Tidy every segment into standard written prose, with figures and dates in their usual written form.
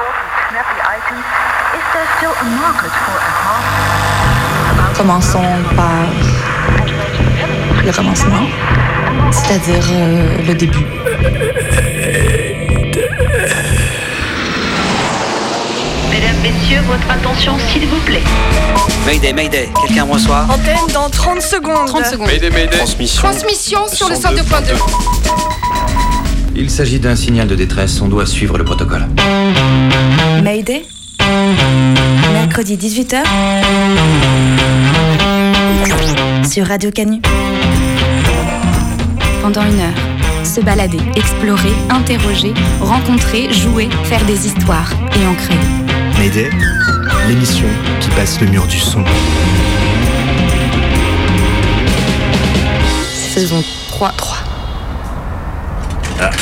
Commençons par le commencement, c'est-à-dire le début. Mesdames, messieurs, votre attention s'il vous plaît. Mayday, quelqu'un me reçoit? Antenne dans 30 secondes. 30 secondes. Mayday. Transmission sur le 102.2. Il s'agit d'un signal de détresse, on doit suivre le protocole. Mayday, mercredi 18h, sur Radio Canu. Pendant 1 heure, se balader, explorer, interroger, rencontrer, jouer, faire des histoires et en créer. Mayday, l'émission qui passe le mur du son. Saison 3. Attends.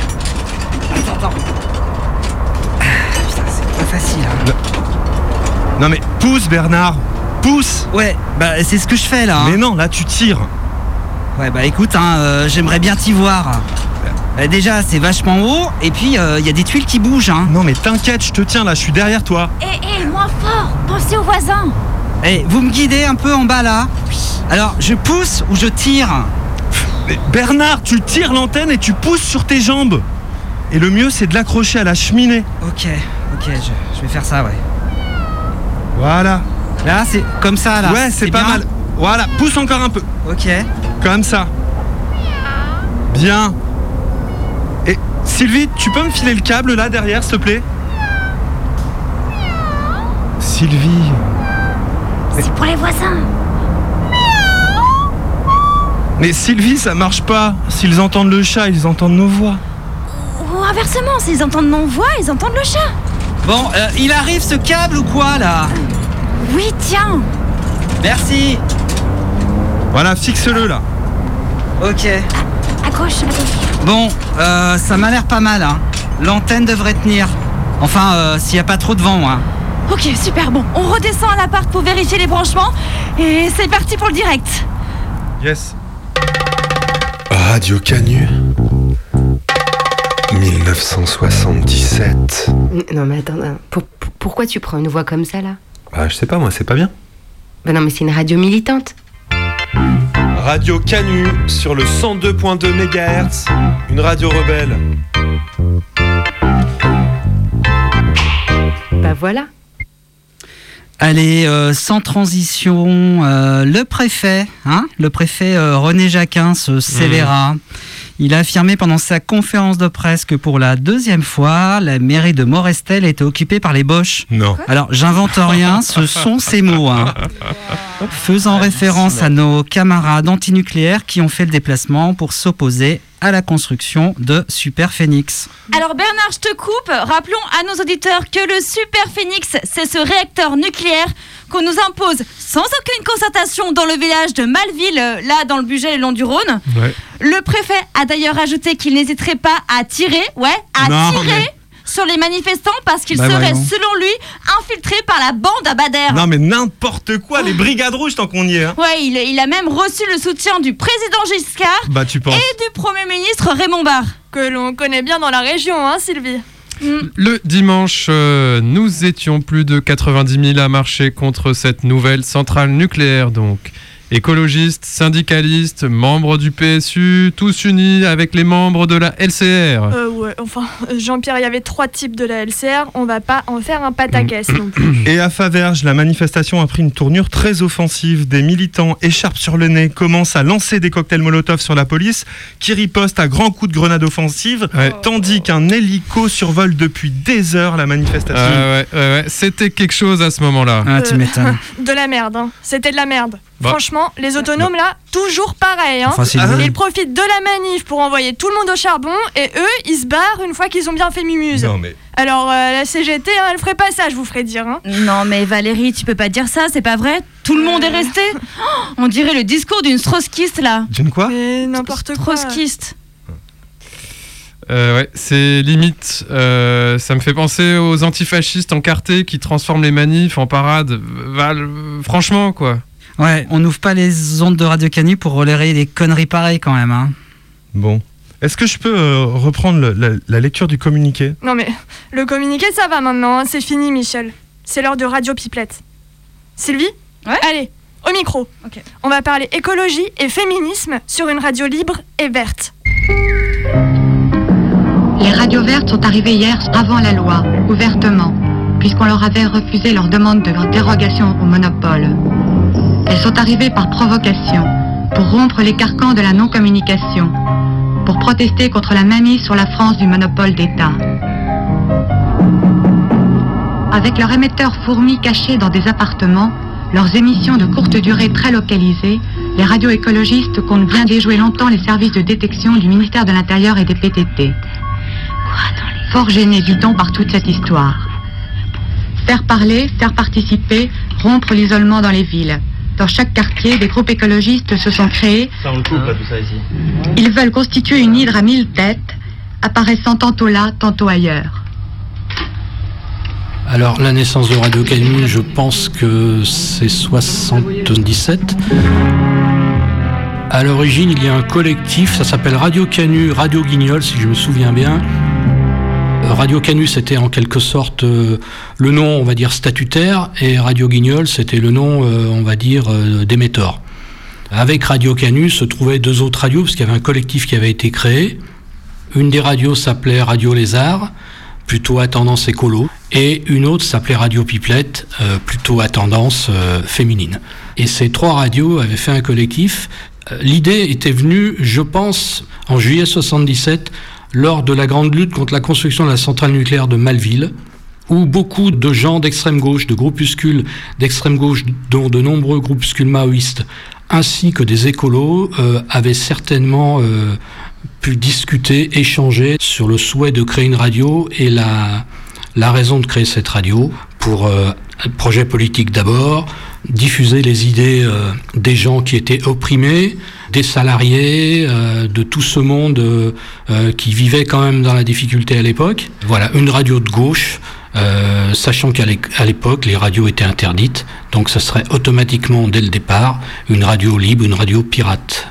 Putain, c'est pas facile. Hein. Non mais pousse Bernard, pousse. Ouais, bah c'est ce que je fais là. Mais non, là tu tires. Ouais, bah écoute, j'aimerais bien t'y voir. Déjà, c'est vachement haut, et puis il y a des tuiles qui bougent. Hein. Non mais t'inquiète, je te tiens là, je suis derrière toi. Moins fort, pensez aux voisins. Vous me guidez un peu en bas là. Alors, je pousse ou je tire? Mais Bernard, tu tires l'antenne et tu pousses sur tes jambes. Et le mieux, c'est de l'accrocher à la cheminée. Ok, je vais faire ça, ouais. Voilà. Là, c'est comme ça, là. Ouais, c'est pas bien. mal. Voilà, pousse encore un peu. Ok. Comme ça. Bien. Et Sylvie, tu peux me filer le câble là derrière, s'il te plaît? Sylvie. C'est pour les voisins. Mais Sylvie, ça marche pas. S'ils entendent le chat, ils entendent nos voix. Ou inversement, s'ils entendent mon voix, ils entendent le chat. Bon, il arrive ce câble ou quoi là? Oui, tiens. Merci. Voilà, fixe-le là. Ok. À gauche. Bon, ça m'a l'air pas mal, hein. L'antenne devrait tenir. Enfin, s'il n'y a pas trop de vent, hein. Ok, super, bon. On redescend à l'appart pour vérifier les branchements. Et c'est parti pour le direct. Yes. Radio Canu 1977. Non mais attends, pourquoi tu prends une voix comme ça là? Bah je sais pas moi, c'est pas bien. Bah non mais c'est une radio militante. Radio Canu sur le 102.2 MHz, une radio rebelle. Bah voilà. Allez, sans transition, le préfet René Jacquin se sévéra. Il a affirmé pendant sa conférence de presse que pour la 2e fois, la mairie de Morestel était occupée par les Boches. Non. Alors, j'invente rien, ce sont ces mots. Hein. Faisant référence à nos camarades antinucléaires qui ont fait le déplacement pour s'opposer à la construction de Super Phénix. Alors Bernard, je te coupe. Rappelons à nos auditeurs que le Super Phénix, c'est ce réacteur nucléaire qu'on nous impose sans aucune concertation dans le village de Malville, là dans le Bugey le long du Rhône. Ouais. Le préfet a d'ailleurs ajouté qu'il n'hésiterait pas à tirer, sur les manifestants parce qu'ils seraient, selon lui, infiltrés par la bande à Bader. Non mais n'importe quoi, les brigades rouges tant qu'on y est. Hein. Ouais, il a même reçu le soutien du président Giscard tu penses. et du Premier ministre Raymond Barre. Que l'on connaît bien dans la région, hein Sylvie? Le dimanche, nous étions plus de 90 000 à marcher contre cette nouvelle centrale nucléaire, donc. Écologistes, syndicalistes, membres du PSU, tous unis avec les membres de la LCR. Ouais, enfin, Jean-Pierre, il y avait 3 types de la LCR, on va pas en faire un pataquès non plus. Et à Faverges, la manifestation a pris une tournure très offensive. Des militants, écharpes sur le nez, commencent à lancer des cocktails Molotov sur la police, qui riposte à grands coups de grenade offensive, tandis qu'un hélico survole depuis des heures la manifestation. Ouais, c'était quelque chose à ce moment-là. Tu m'étonnes. De la merde, hein. C'était de la merde. Bah. Franchement, les autonomes là, toujours pareil. Hein. Enfin, Ils profitent de la manif pour envoyer tout le monde au charbon et eux, ils se barrent une fois qu'ils ont bien fait mimuse. Non mais... Alors la CGT, hein, elle ferait pas ça, je vous ferais dire. Hein. Non mais Valérie, tu peux pas dire ça, c'est pas vrai. Tout le monde est resté. On dirait le discours d'une trotskiste là. D'une quoi? Mais n'importe quoi. Trotskiste. C'est limite. Ça me fait penser aux antifascistes encartés qui transforment les manifs en parades. Franchement, quoi. Ouais, on n'ouvre pas les ondes de Radio Canu pour relayer des conneries pareilles quand même. Hein. Bon. Est-ce que je peux reprendre la lecture du communiqué ? Non mais, le communiqué ça va maintenant, hein. C'est fini Michel. C'est l'heure de Radio Pipelette. Sylvie ? Ouais ? Allez, au micro. Ok. On va parler écologie et féminisme sur une radio libre et verte. Les radios vertes sont arrivées hier avant la loi, ouvertement, puisqu'on leur avait refusé leur demande de dérogation au monopole. Elles sont arrivées par provocation, pour rompre les carcans de la non-communication, pour protester contre la mainmise sur la France du monopole d'État. Avec leurs émetteurs fourmis cachés dans des appartements, leurs émissions de courte durée très localisées, les radios écologistes comptent bien déjouer longtemps les services de détection du ministère de l'Intérieur et des PTT. Fort gênés du don par toute cette histoire. Faire parler, faire participer, rompre l'isolement dans les villes. Dans chaque quartier, des groupes écologistes se sont créés. Ça, on le coupe, là, tout ça ici. Ils veulent constituer une hydre à 1000 têtes, apparaissant tantôt là, tantôt ailleurs. Alors, la naissance de Radio Canu, je pense que c'est 77. À l'origine, il y a un collectif, ça s'appelle Radio Canu, Radio Guignol, si je me souviens bien. Radio Canu, c'était en quelque sorte le nom, on va dire, statutaire, et Radio Guignol, c'était le nom, on va dire, d'émetteur. Avec Radio Canu se trouvaient deux autres radios, parce qu'il y avait un collectif qui avait été créé. Une des radios s'appelait Radio Lézard, plutôt à tendance écolo, et une autre s'appelait Radio Pipelette, plutôt à tendance féminine. Et ces trois radios avaient fait un collectif. L'idée était venue, je pense, en juillet 77, lors de la grande lutte contre la construction de la centrale nucléaire de Malville, où beaucoup de gens d'extrême gauche, de groupuscules d'extrême gauche, dont de nombreux groupuscules maoïstes, ainsi que des écolos, avaient certainement pu discuter, échanger sur le souhait de créer une radio et la raison de créer cette radio pour un projet politique d'abord, diffuser les idées des gens qui étaient opprimés, des salariés, de tout ce monde qui vivait quand même dans la difficulté à l'époque. Voilà, une radio de gauche, sachant qu'à l'époque, les radios étaient interdites, donc ce serait automatiquement, dès le départ, une radio libre, une radio pirate.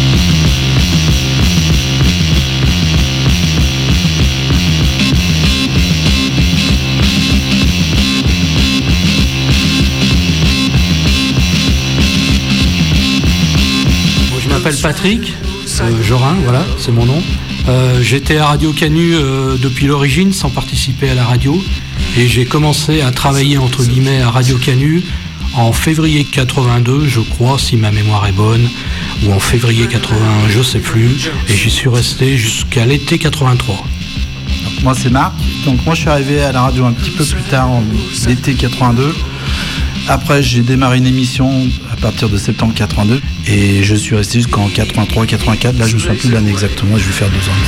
Je m'appelle Patrick Jorin, voilà, c'est mon nom. J'étais à Radio Canu depuis l'origine, sans participer à la radio. Et j'ai commencé à travailler, entre guillemets, à Radio Canu en février 82, je crois, si ma mémoire est bonne, ou en février 81, je sais plus. Et j'y suis resté jusqu'à l'été 83. Donc, moi, c'est Marc. Donc moi, je suis arrivé à la radio un petit peu plus tard, en l'été 82. Après, j'ai démarré une émission à partir de septembre 82 et je suis resté jusqu'en 83-84. Là, je ne me souviens plus de l'année exactement, je vais faire 2 ans.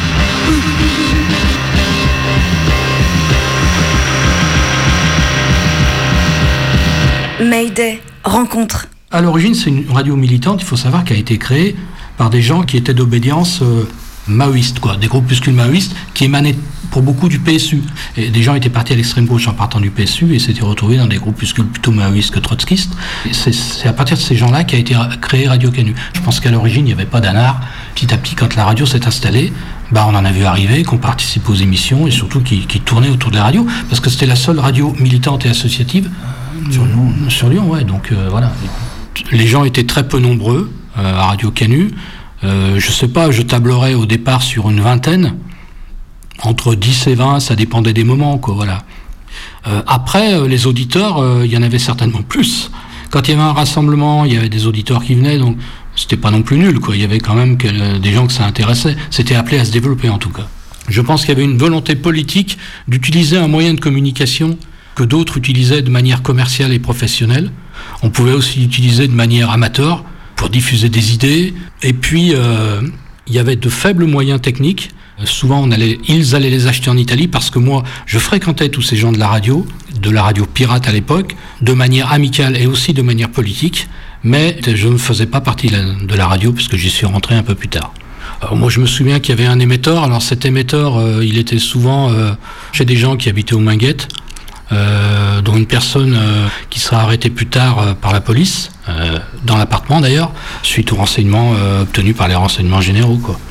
Voilà. Mayday, rencontre. À l'origine, c'est une radio militante, il faut savoir, qui a été créée par des gens qui étaient d'obédience maoïste, quoi, des groupuscules maoïstes qui émanaient pour beaucoup du PSU. Et des gens étaient partis à l'extrême gauche en partant du PSU et s'étaient retrouvés dans des groupuscules plutôt maoïstes que trotskistes. Et c'est à partir de ces gens-là qu'a été créé Radio Canu. Je pense qu'à l'origine, il n'y avait pas d'anard. Petit à petit, quand la radio s'est installée, on en a vu arriver, qu'on participait aux émissions et surtout qui tournaient autour de la radio, parce que c'était la seule radio militante et associative sur Lyon, ouais. Donc voilà. Les gens étaient très peu nombreux à Radio Canu. Je sais pas, je tablerais au départ sur une vingtaine, entre 10 et 20, ça dépendait des moments, quoi, voilà. Après, les auditeurs, il y en avait certainement plus. Quand il y avait un rassemblement, il y avait des auditeurs qui venaient, donc c'était pas non plus nul, quoi. Il y avait quand même des gens que ça intéressait. C'était appelé à se développer, en tout cas. Je pense qu'il y avait une volonté politique d'utiliser un moyen de communication que d'autres utilisaient de manière commerciale et professionnelle. On pouvait aussi l'utiliser de manière amateur, pour diffuser des idées. Et puis, il y avait de faibles moyens techniques. Souvent, ils allaient les acheter en Italie parce que moi, je fréquentais tous ces gens de la radio pirate à l'époque, de manière amicale et aussi de manière politique. Mais je ne faisais pas partie de la radio puisque j'y suis rentré un peu plus tard. Alors, moi, je me souviens qu'il y avait un émetteur. Alors, cet émetteur, il était souvent chez des gens qui habitaient aux Minguettes. Dont une personne qui sera arrêtée plus tard par la police, dans l'appartement d'ailleurs, suite aux renseignements obtenus par les renseignements généraux, quoi.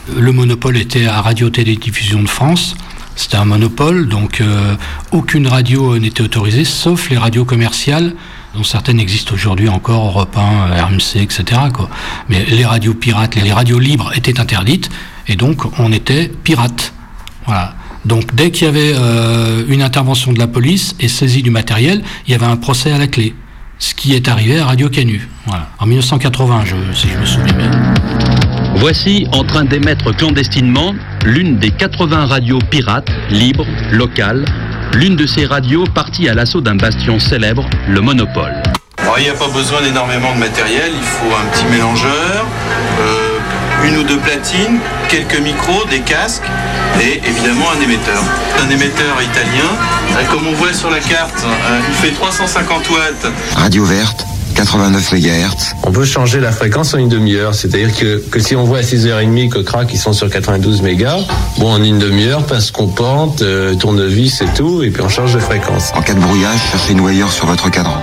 Le monopole était à Radio-Télédiffusion de France. C'était un monopole, donc aucune radio n'était autorisée, sauf les radios commerciales, dont certaines existent aujourd'hui encore, Europe 1, RMC, etc., quoi. Mais les radios pirates, les radios libres étaient interdites, et donc on était pirates. Voilà. Donc dès qu'il y avait une intervention de la police et saisie du matériel, il y avait un procès à la clé. Ce qui est arrivé à Radio Canu. Voilà. En 1980, si je me souviens bien. Voici en train d'émettre clandestinement l'une des 80 radios pirates, libres, locales, l'une de ces radios partie à l'assaut d'un bastion célèbre, le Monopole. Alors, il n'y a pas besoin d'énormément de matériel, il faut un petit mélangeur, une ou deux platines, quelques micros, des casques et évidemment un émetteur. Un émetteur italien, comme on voit sur la carte, il fait 350 watts. Radio verte, 89 MHz. On peut changer la fréquence en une demi-heure, c'est-à-dire que si on voit à 6h30 que crac, ils sont sur 92 mégas, bon, en une demi-heure, pince compante, tournevis et tout, et puis on change de fréquence. En cas de brouillage, cherchez une ailleurs sur votre cadran.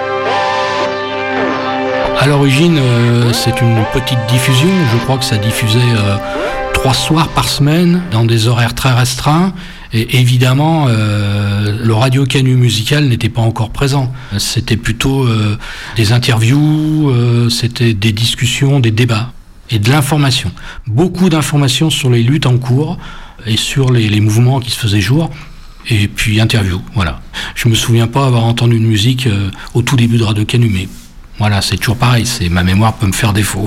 À l'origine, c'est une petite diffusion. Je crois que ça diffusait 3 soirs par semaine dans des horaires très restreints. Et évidemment, le Radio Canu musical n'était pas encore présent. C'était plutôt des interviews, c'était des discussions, des débats et de l'information. Beaucoup d'informations sur les luttes en cours et sur les mouvements qui se faisaient jour. Et puis interview, voilà. Je me souviens pas avoir entendu une musique au tout début de Radio Canu, mais voilà, c'est toujours pareil, ma mémoire peut me faire défaut.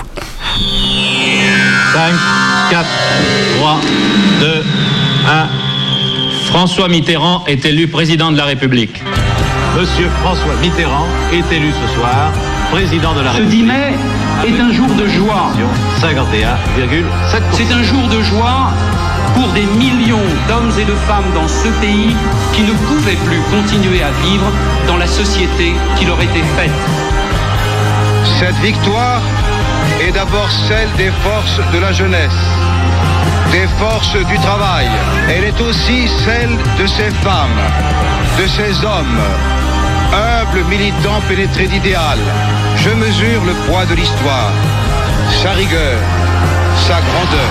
5, 4, 3, 2, 1... François Mitterrand est élu président de la République. Monsieur François Mitterrand est élu ce soir président de la République. Ce 10 mai est un jour de joie. 51,7%. C'est un jour de joie pour des millions d'hommes et de femmes dans ce pays qui ne pouvaient plus continuer à vivre dans la société qui leur était faite. Cette victoire est d'abord celle des forces de la jeunesse, des forces du travail. Elle est aussi celle de ces femmes, de ces hommes, humbles militants pénétrés d'idéal. Je mesure le poids de l'histoire, sa rigueur, sa grandeur.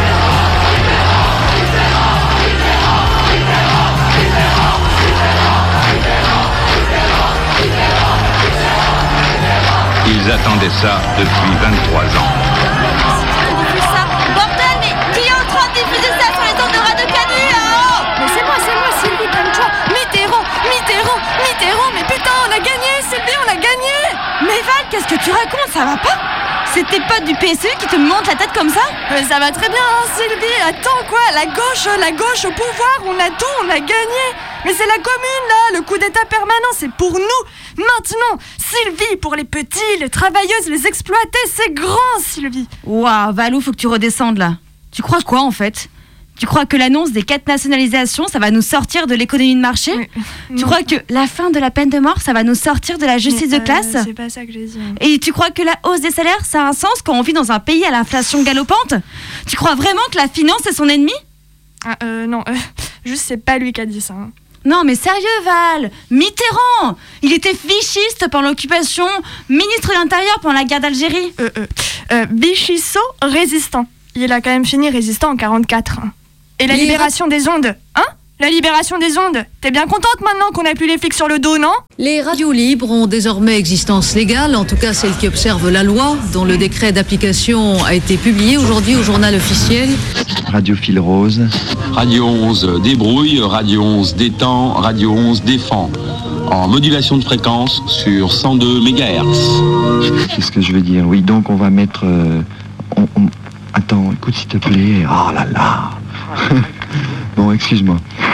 Ils attendaient ça depuis 23 ans. Bordel, mais qui est en train de diffuser ça sur les ondes de Radio Canu là-haut? Mais c'est moi, Sylvie, comme toi. Mitterrand, mais putain, on a gagné, Sylvie, on a gagné. Mais Val, qu'est-ce que tu racontes? Ça va pas? C'est tes potes du PSU qui te montent la tête comme ça? Mais ça va très bien, hein, Sylvie. Attends, quoi, la gauche au pouvoir, on a tout, on a gagné. Mais c'est la commune, là, le coup d'état permanent, c'est pour nous. Maintenant, Sylvie, pour les petits, les travailleuses, les exploités, c'est grand, Sylvie. Waouh, Valou, faut que tu redescendes, là. Tu crois quoi, en fait? Tu crois que l'annonce des 4 nationalisations, ça va nous sortir de l'économie de marché? Tu crois que la fin de la peine de mort, ça va nous sortir de la justice de classe? C'est pas ça que j'ai dit. Et tu crois que la hausse des salaires, ça a un sens quand on vit dans un pays à l'inflation galopante? Tu crois vraiment que la finance est son ennemi? Non, juste c'est pas lui qui a dit ça. Hein. Non mais sérieux Val, Mitterrand, il était vichiste pendant l'occupation, ministre de l'Intérieur pendant la guerre d'Algérie. Vichisso résistant. Il a quand même fini résistant en 44. Et la libération des ondes, hein? La libération des ondes. T'es bien contente maintenant qu'on a plus les flics sur le dos, non? Les radios libres ont désormais existence légale, en tout cas celles qui observent la loi, dont le décret d'application a été publié aujourd'hui au journal officiel. Radio Fil Rose. Radio 11 débrouille, Radio 11 détend, Radio 11 défend. En modulation de fréquence sur 102 MHz. Qu'est-ce que je veux dire? Oui, donc on va mettre... Attends, écoute s'il te plaît. Oh là là. Bon, excuse-moi.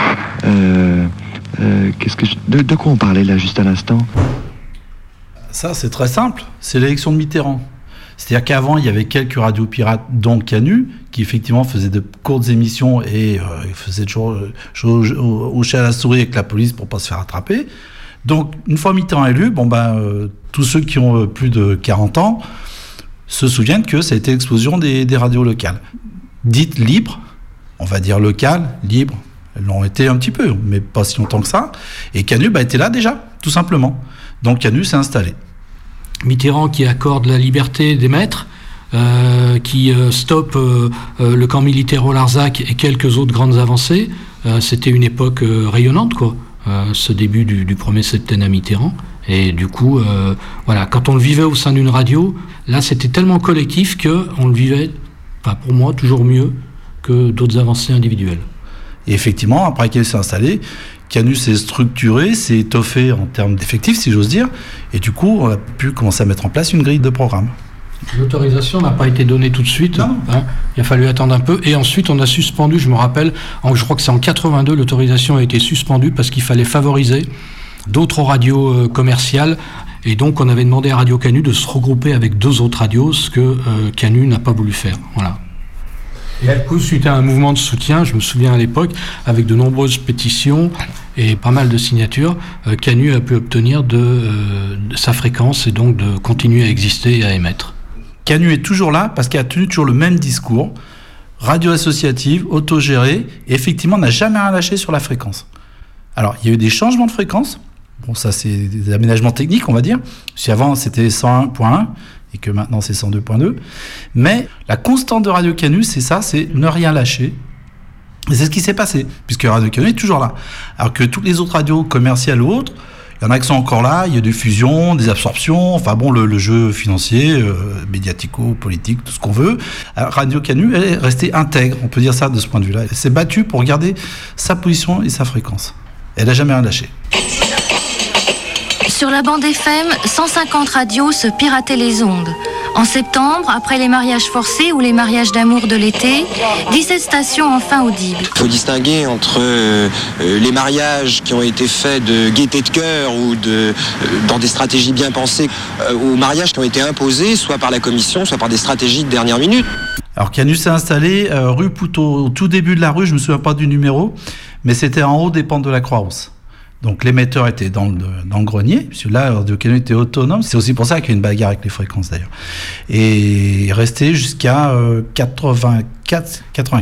De quoi on parlait là juste à l'instant? Ça, c'est très simple. C'est l'élection de Mitterrand. C'est-à-dire qu'avant, il y avait quelques radios pirates, dont Canu, qui effectivement faisaient de courtes émissions et faisaient toujours hocher à la souris avec la police pour pas se faire attraper. Donc, une fois Mitterrand élu, tous ceux qui ont plus de 40 ans se souviennent que ça a été l'explosion des radios locales. Dites libres, on va dire locales, libres, elles l'ont été un petit peu, mais pas si longtemps que ça. Et Canu était là déjà, tout simplement. Donc Canu s'est installé. Mitterrand qui accorde la liberté d'émettre, qui stoppe le camp militaire au Larzac et quelques autres grandes avancées. C'était une époque rayonnante, quoi. Ce début du premier septennat Mitterrand. Et du coup, voilà, quand on le vivait au sein d'une radio, là, c'était tellement collectif qu'on le vivait, pour moi, toujours mieux que d'autres avancées individuelles. Et effectivement, après qu'elle s'est installée, Canu s'est structuré, s'est étoffé en termes d'effectifs, si j'ose dire, et du coup, on a pu commencer à mettre en place une grille de programme. L'autorisation n'a pas été donnée tout de suite. Il a fallu attendre un peu. Et ensuite, on a suspendu, je me rappelle, je crois que c'est en 82, l'autorisation a été suspendue parce qu'il fallait favoriser d'autres radios commerciales. Et donc, on avait demandé à Radio Canu de se regrouper avec 2 autres radios, ce que Canu n'a pas voulu faire. Voilà. Et du coup, suite à un mouvement de soutien, je me souviens à l'époque, avec de nombreuses pétitions et pas mal de signatures, Canu a pu obtenir de sa fréquence et donc de continuer à exister et à émettre. Canu est toujours là parce qu'il a tenu toujours le même discours, radio associative, autogérée, et effectivement n'a jamais rien lâché sur la fréquence. Alors, il y a eu des changements de fréquence, bon ça c'est des aménagements techniques on va dire, si avant c'était 101.1 et que maintenant c'est 102.2, mais la constante de Radio Canu c'est ça, c'est ne rien lâcher. Et c'est ce qui s'est passé, puisque Radio Canu est toujours là. Alors que toutes les autres radios commerciales ou autres, il y en a qui sont encore là, il y a des fusions, des absorptions, enfin bon, le jeu financier, médiatico, politique, tout ce qu'on veut. Alors, Radio Canu, elle est restée intègre, on peut dire ça de ce point de vue-là. Elle s'est battue pour garder sa position et sa fréquence. Elle n'a jamais rien lâché. Sur la bande FM, 150 radios se pirataient les ondes. En septembre, après les mariages forcés ou les mariages d'amour de l'été, 17 stations enfin audibles. Il faut distinguer entre les mariages qui ont été faits de gaieté de cœur ou dans des stratégies bien pensées, aux mariages qui ont été imposés, soit par la commission, soit par des stratégies de dernière minute. Alors Canu s'est installé rue Poutot, au tout début de la rue, je ne me souviens pas du numéro, mais c'était en haut des pentes de la Croix-Rousse. Donc l'émetteur était dans le grenier, puisque là, Radio Canu était autonome. C'est aussi pour ça qu'il y a eu une bagarre avec les fréquences d'ailleurs. Et resté jusqu'à 84.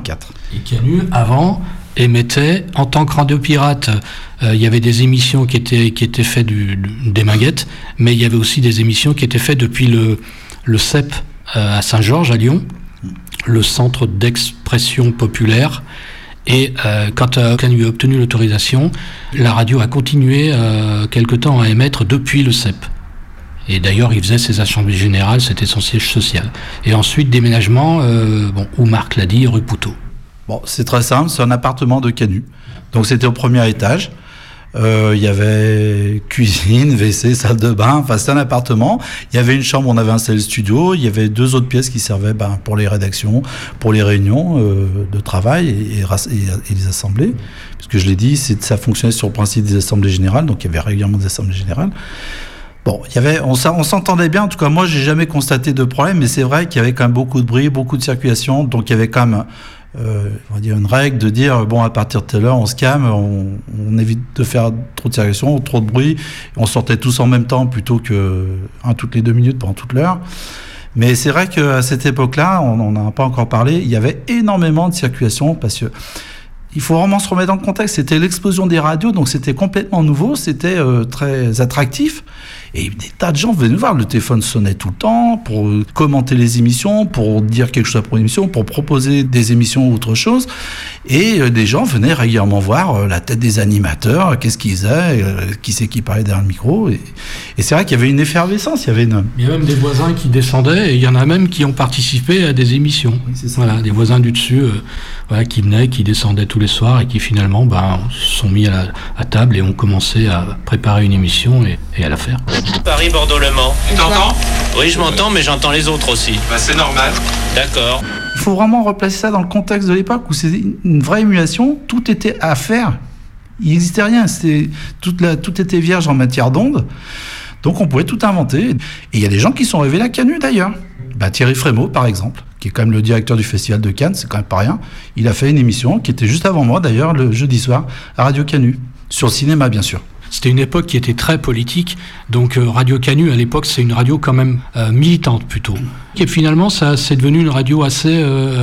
Et Canu, avant, émettait en tant que radio pirate. Il y avait des émissions qui étaient faites des Minguettes, mais il y avait aussi des émissions qui étaient faites depuis le CEP à Saint-Georges, à Lyon, le centre d'expression populaire. Et quand Canu a obtenu l'autorisation, la radio a continué quelque temps à émettre depuis le CEP. Et d'ailleurs, il faisait ses assemblées générales, c'était son siège social. Et ensuite, déménagement, où Marc l'a dit, rue Poutot. Bon, c'est très simple, c'est un appartement de Canu. Donc c'était au premier étage. Il y avait cuisine, WC, salle de bain, enfin c'était un appartement. Il y avait une chambre où on avait installé le studio, il y avait 2 autres pièces qui servaient pour les rédactions, pour les réunions de travail et les assemblées. Puisque je l'ai dit, ça fonctionnait sur le principe des assemblées générales, donc il y avait régulièrement des assemblées générales. Bon, on s'entendait bien, en tout cas moi j'ai jamais constaté de problème, mais c'est vrai qu'il y avait quand même beaucoup de bruit, beaucoup de circulation, donc il y avait quand même on va dire une règle de dire bon à partir de telle heure on se calme, on évite de faire trop de circulation, trop de bruit, on sortait tous en même temps plutôt que un toutes les 2 minutes pendant toute l'heure. Mais c'est vrai qu'à cette époque-là, on n'en a pas encore parlé, il y avait énormément de circulation parce que il faut vraiment se remettre dans le contexte. C'était l'explosion des radios, donc c'était complètement nouveau, c'était très attractif. Et des tas de gens venaient nous voir. Le téléphone sonnait tout le temps pour commenter les émissions, pour dire quelque chose pour l'émission, pour proposer des émissions ou autre chose. Et des gens venaient régulièrement voir la tête des animateurs, qu'est-ce qu'ils faisaient, qui c'est qui parlait derrière le micro. Et c'est vrai qu'il y avait une effervescence. Il y a même des voisins qui descendaient, et il y en a même qui ont participé à des émissions. Oui, c'est ça. Voilà, des voisins du dessus qui venaient, qui descendaient tous les soirs et qui finalement se sont mis à table et ont commencé à préparer une émission et à la faire. Paris-Bordeaux-Le Mans. Tu t'entends ? Oui, je m'entends, mais j'entends les autres aussi. C'est normal. D'accord. Il faut vraiment replacer ça dans le contexte de l'époque où c'est une vraie émulation, tout était à faire. Il n'existait rien, tout était vierge en matière d'ondes, donc on pouvait tout inventer. Et il y a des gens qui sont révélés à Canu d'ailleurs. Thierry Frémaux, par exemple, qui est quand même le directeur du Festival de Cannes, c'est quand même pas rien. Il a fait une émission qui était juste avant moi, d'ailleurs, le jeudi soir, à Radio Canu, sur le cinéma, bien sûr. C'était une époque qui était très politique, donc Radio Canu, à l'époque, c'est une radio quand même militante, plutôt. Et finalement, c'est devenu une radio assez...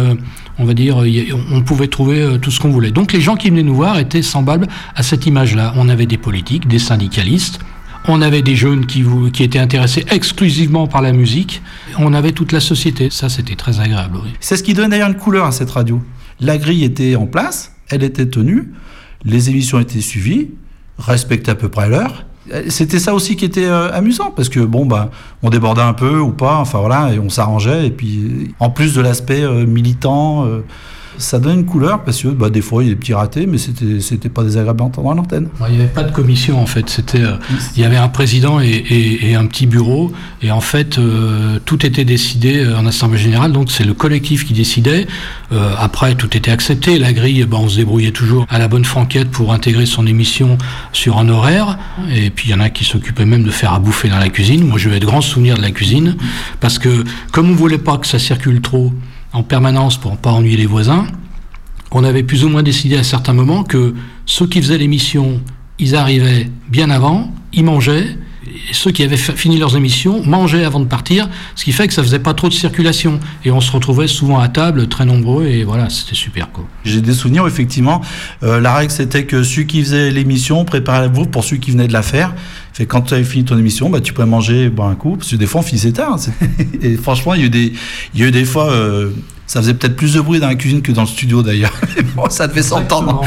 on va dire, on pouvait trouver tout ce qu'on voulait. Donc les gens qui venaient nous voir étaient semblables à cette image-là. On avait des politiques, des syndicalistes, On avait des jeunes qui étaient intéressés exclusivement par la musique. On avait toute la société. Ça, c'était très agréable. Oui. C'est ce qui donne d'ailleurs une couleur à cette radio. La grille était en place, elle était tenue, les émissions étaient suivies, respectaient à peu près l'heure. C'était ça aussi qui était amusant, parce que on débordait un peu ou pas, enfin voilà, et on s'arrangeait. Et puis, en plus de l'aspect militant, ça donne une couleur, parce que des fois il y a des petits ratés, mais c'était pas désagréable à entendre à l'antenne. Il n'y avait pas de commission en fait, il y avait un président et un petit bureau, et en fait tout était décidé en assemblée générale, donc c'est le collectif qui décidait. Après tout était accepté, la grille, on se débrouillait toujours à la bonne franquette pour intégrer son émission sur un horaire, et puis il y en a qui s'occupaient même de faire à bouffer dans la cuisine. Moi j'avais de grands souvenirs de la cuisine, parce que comme on voulait pas que ça circule trop en permanence pour ne pas ennuyer les voisins, on avait plus ou moins décidé à certains moments que ceux qui faisaient l'émission, ils arrivaient bien avant, ils mangeaient, et ceux qui avaient fini leurs émissions mangeaient avant de partir, ce qui fait que ça faisait pas trop de circulation, et on se retrouvait souvent à table, très nombreux, et voilà, c'était super quoi. J'ai des souvenirs où effectivement, la règle c'était que celui qui faisait l'émission préparait la bouffe pour celui qui venait de la faire. Fait quand tu avais fini ton émission, tu pouvais manger un coup, parce que des fois on finissait tard. Et franchement, il y a eu des fois, ça faisait peut-être plus de bruit dans la cuisine que dans le studio d'ailleurs. Ça devait s'entendre.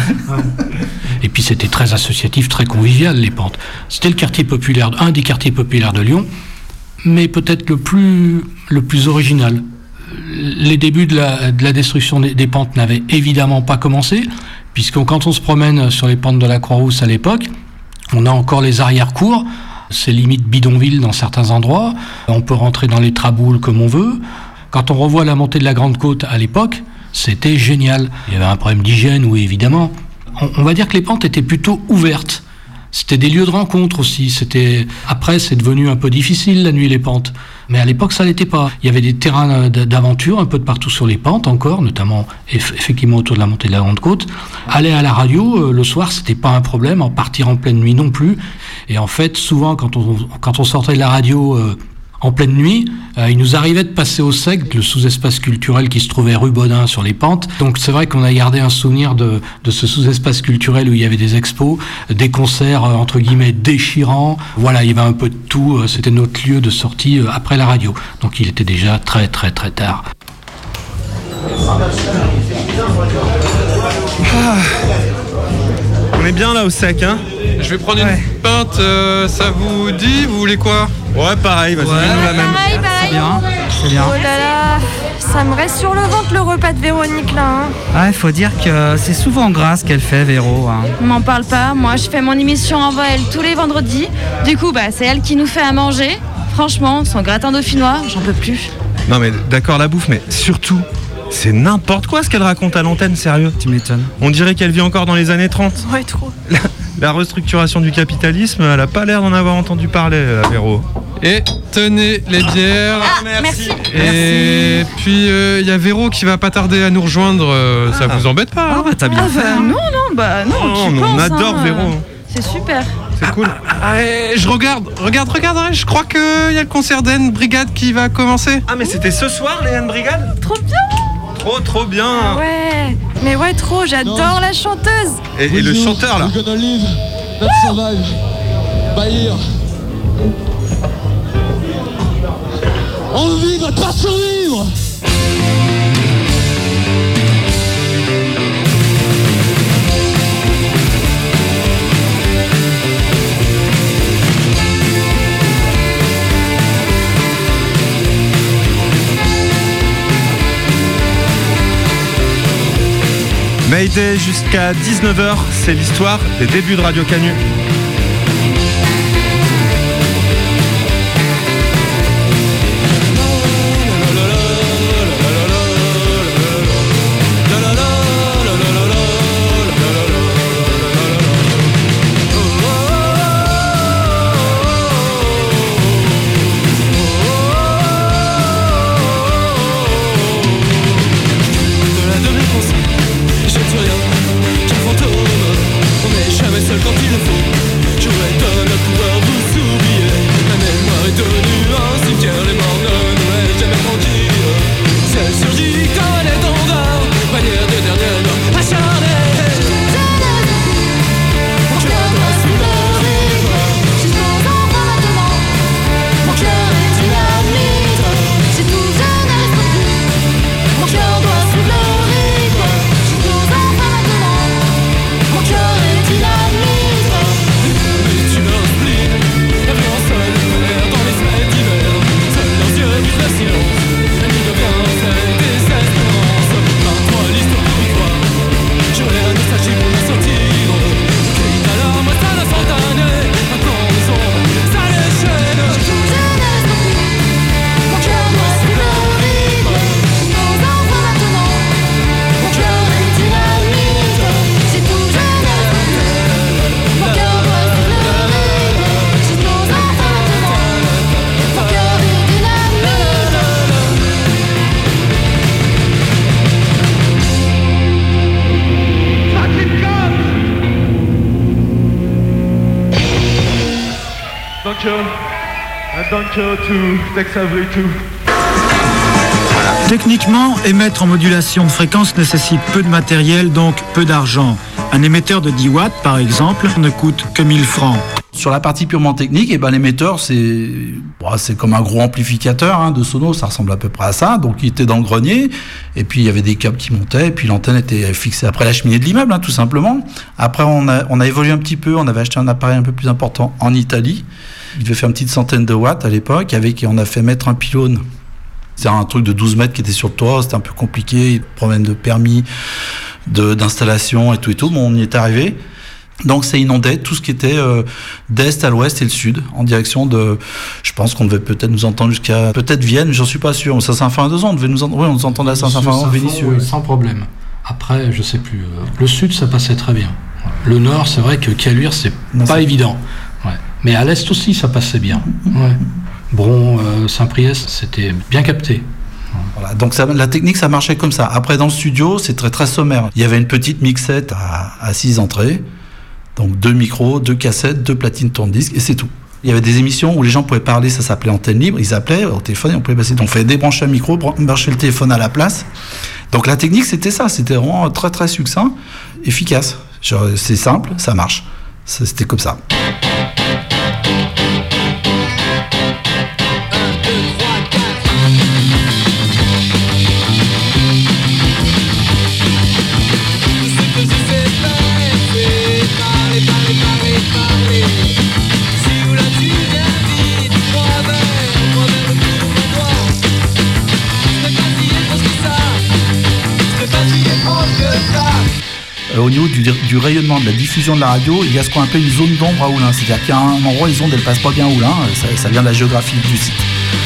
Et puis c'était très associatif, très convivial, les Pentes. C'était le quartier populaire, un des quartiers populaires de Lyon, mais peut-être le plus original. Les débuts de la destruction des Pentes n'avaient évidemment pas commencé, puisque quand on se promène sur les pentes de la Croix-Rousse à l'époque, on a encore les arrière-cours, c'est limite bidonville dans certains endroits, on peut rentrer dans les traboules comme on veut. Quand on revoit la montée de la Grande Côte à l'époque, c'était génial. Il y avait un problème d'hygiène, oui, évidemment. On va dire que les pentes étaient plutôt ouvertes. C'était des lieux de rencontre aussi. Après, c'est devenu un peu difficile la nuit, les pentes. Mais à l'époque, ça l'était pas. Il y avait des terrains d'aventure un peu de partout sur les pentes encore, notamment effectivement autour de la montée de la Grande Côte. Aller à la radio le soir, c'était pas un problème. En partir en pleine nuit non plus. Et en fait, souvent, quand on sortait de la radio en pleine nuit, il nous arrivait de passer au sec, le sous-espace culturel qui se trouvait rue Baudin sur les pentes. Donc c'est vrai qu'on a gardé un souvenir de ce sous-espace culturel où il y avait des expos, des concerts entre guillemets déchirants. Voilà, il y avait un peu de tout. C'était notre lieu de sortie après la radio. Donc il était déjà très très très tard. On est bien là au sec, hein? Je vais prendre une pinte, ça vous dit? Vous voulez quoi? Ouais, pareil, vas-y, mets-nous la même. C'est bien, c'est bien. Oh là là, ça me reste sur le ventre le repas de Véronique là. Ouais, faut dire que c'est souvent gras ce qu'elle fait, Véro. On m'en parle pas, moi je fais mon émission en voix tous les vendredis. Du coup, c'est elle qui nous fait à manger. Franchement, son gratin dauphinois, j'en peux plus. Non mais d'accord la bouffe, mais surtout, c'est n'importe quoi ce qu'elle raconte à l'antenne, sérieux. Tu m'étonnes. On dirait qu'elle vit encore dans les années 30. Ouais, trop. La restructuration du capitalisme, elle a pas l'air d'en avoir entendu parler, Véro. Et tenez les bières. Ah, merci. Et puis il y a Véro qui va pas tarder à nous rejoindre. Ça vous embête pas? Ah, t'as bien fait. Non, on adore Véro. C'est super. C'est cool. Je regarde, je crois qu'il y a le concert d'Anne Brigade qui va commencer. Ah mais c'était ce soir, les Anne Brigade? Trop bien. Trop bien. Ouais, mais ouais, trop, j'adore la chanteuse. Et le chanteur là. We're gonna live, not survive. By here. On vit, va pas survivre. Mayday jusqu'à 19h, c'est l'histoire des débuts de Radio Canu. Quand il le faut Techniquement, émettre en modulation de fréquence nécessite peu de matériel, donc peu d'argent. Un émetteur de 10 watts, par exemple, ne coûte que 1000 francs. Sur la partie purement technique, l'émetteur, c'est comme un gros amplificateur de sono, ça ressemble à peu près à ça. Donc il était dans le grenier, et puis il y avait des câbles qui montaient, et puis l'antenne était fixée après la cheminée de l'immeuble, tout simplement. Après, on a évolué un petit peu, on avait acheté un appareil un peu plus important en Italie. Il devait faire une petite centaine de watts à l'époque, on a fait mettre un pylône. C'est un truc de 12 mètres qui était sur le toit, c'était un peu compliqué, problème de permis, d'installation et tout, mais on y est arrivé. Donc ça inondait tout ce qui était d'est à l'ouest et le sud, en direction de... Je pense qu'on devait peut-être nous entendre jusqu'à... Peut-être Vienne, j'en suis pas sûr. Saint-Symphorien-2, on devait nous entendre... Oui, on nous entendait à Saint-Symphorien, Vénissieux. Sans problème. Après, je sais plus. Le sud, ça passait très bien. Le nord, c'est vrai que Caluire, c'est pas évident. Ouais. Mais à l'est aussi, ça passait bien. Ouais. Bron, Saint-Priest, c'était bien capté. Voilà, donc la technique, ça marchait comme ça. Après, dans le studio, c'est très très sommaire. Il y avait une petite mixette à 6 entrées, donc 2 micros, 2 cassettes, 2 platines tourne-disque, et c'est tout. Il y avait des émissions où les gens pouvaient parler, ça s'appelait antenne libre, ils appelaient au téléphone et on pouvait passer. Donc, on fallait débrancher un micro, brancher le téléphone à la place. Donc la technique, c'était ça, c'était vraiment très très succinct, efficace. Genre, c'est simple, ça marche. C'était comme ça. Au niveau du rayonnement, de la diffusion de la radio, il y a ce qu'on appelle une zone d'ombre à Oulin. C'est-à-dire qu'il y a un endroit où les ondes ne passent pas bien à Oulin, ça vient de la géographie du site.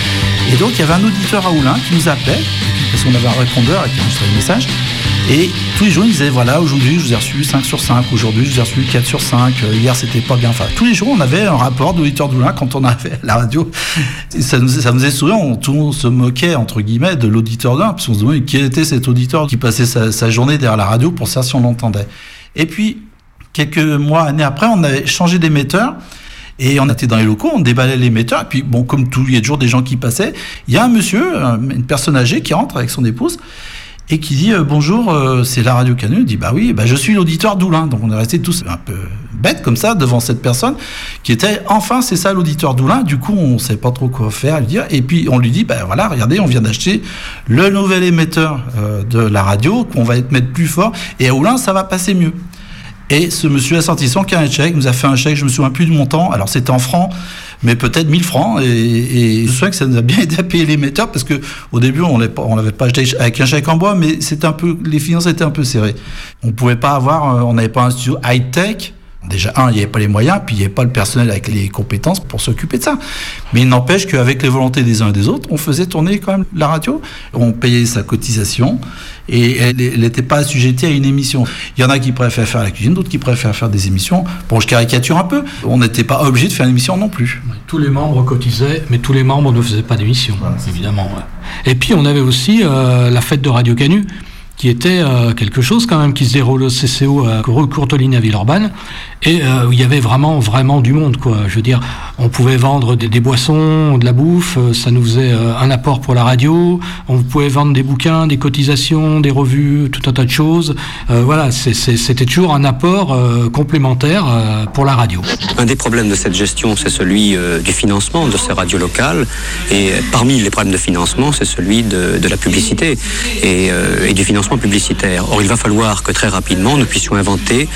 Et donc il y avait un auditeur à Oulin qui nous appelait, parce qu'on avait un répondeur et qui enregistrait le message. Et tous les jours, il disait, voilà, aujourd'hui, je vous ai reçu 5 sur 5, aujourd'hui, je vous ai reçu 4 sur 5, hier, c'était pas bien. Enfin, tous les jours, on avait un rapport d'auditeur d'Oulin quand on avait la radio. Ça nous faisait sourire, tout le monde se moquait, entre guillemets, de l'auditeur d'Oulin, parce qu'on se demandait qui était cet auditeur qui passait sa journée derrière la radio pour savoir si on l'entendait. Et puis, quelques mois, années après, on avait changé d'émetteur. Et on était dans les locaux, on déballait l'émetteur, et puis bon, comme tout, il y a toujours des gens qui passaient. Il y a un monsieur, une personne âgée qui entre avec son épouse, et qui dit bonjour, c'est la radio Canu. Il dit bah oui, je suis l'auditeur d'Oulin. Donc on est restés tous un peu bêtes comme ça devant cette personne qui était enfin c'est ça l'auditeur d'Oulin. Du coup on sait pas trop quoi faire, lui dire. Et puis on lui dit voilà, regardez, on vient d'acheter le nouvel émetteur de la radio qu'on va mettre plus fort et à Oulin ça va passer mieux. Et ce monsieur a sorti son carnet de chèques, nous a fait un chèque, je me souviens plus du montant, alors c'était en francs, mais peut-être 1000 francs, et je me souviens que ça nous a bien aidé à payer l'émetteur, parce que au début on l'avait pas acheté avec un chèque en bois, mais les finances étaient un peu serrées. On pouvait pas avoir, on n'avait pas un studio high-tech. Déjà, il n'y avait pas les moyens, puis il n'y avait pas le personnel avec les compétences pour s'occuper de ça. Mais il n'empêche qu'avec les volontés des uns et des autres, on faisait tourner quand même la radio. On payait sa cotisation et elle n'était pas assujettie à une émission. Il y en a qui préfèrent faire la cuisine, d'autres qui préfèrent faire des émissions. Bon, je caricature un peu. On n'était pas obligé de faire une émission non plus. Tous les membres cotisaient, mais tous les membres ne faisaient pas d'émission, évidemment. Ouais. Et puis, on avait aussi la fête de Radio Canu, qui était quelque chose quand même qui se déroule au CCO rue Courteline à Villeurbanne et où il y avait vraiment du monde quoi. Je veux dire, on pouvait vendre des boissons, de la bouffe, ça nous faisait un apport pour la radio, on pouvait vendre des bouquins, des cotisations, des revues, tout un tas de choses. Voilà, c'était toujours un apport complémentaire pour la radio. Un des problèmes de cette gestion, c'est celui du financement de ces radios locales et parmi les problèmes de financement, c'est celui de la publicité et du financement publicitaire. Or, il va falloir que très rapidement, nous puissions inventer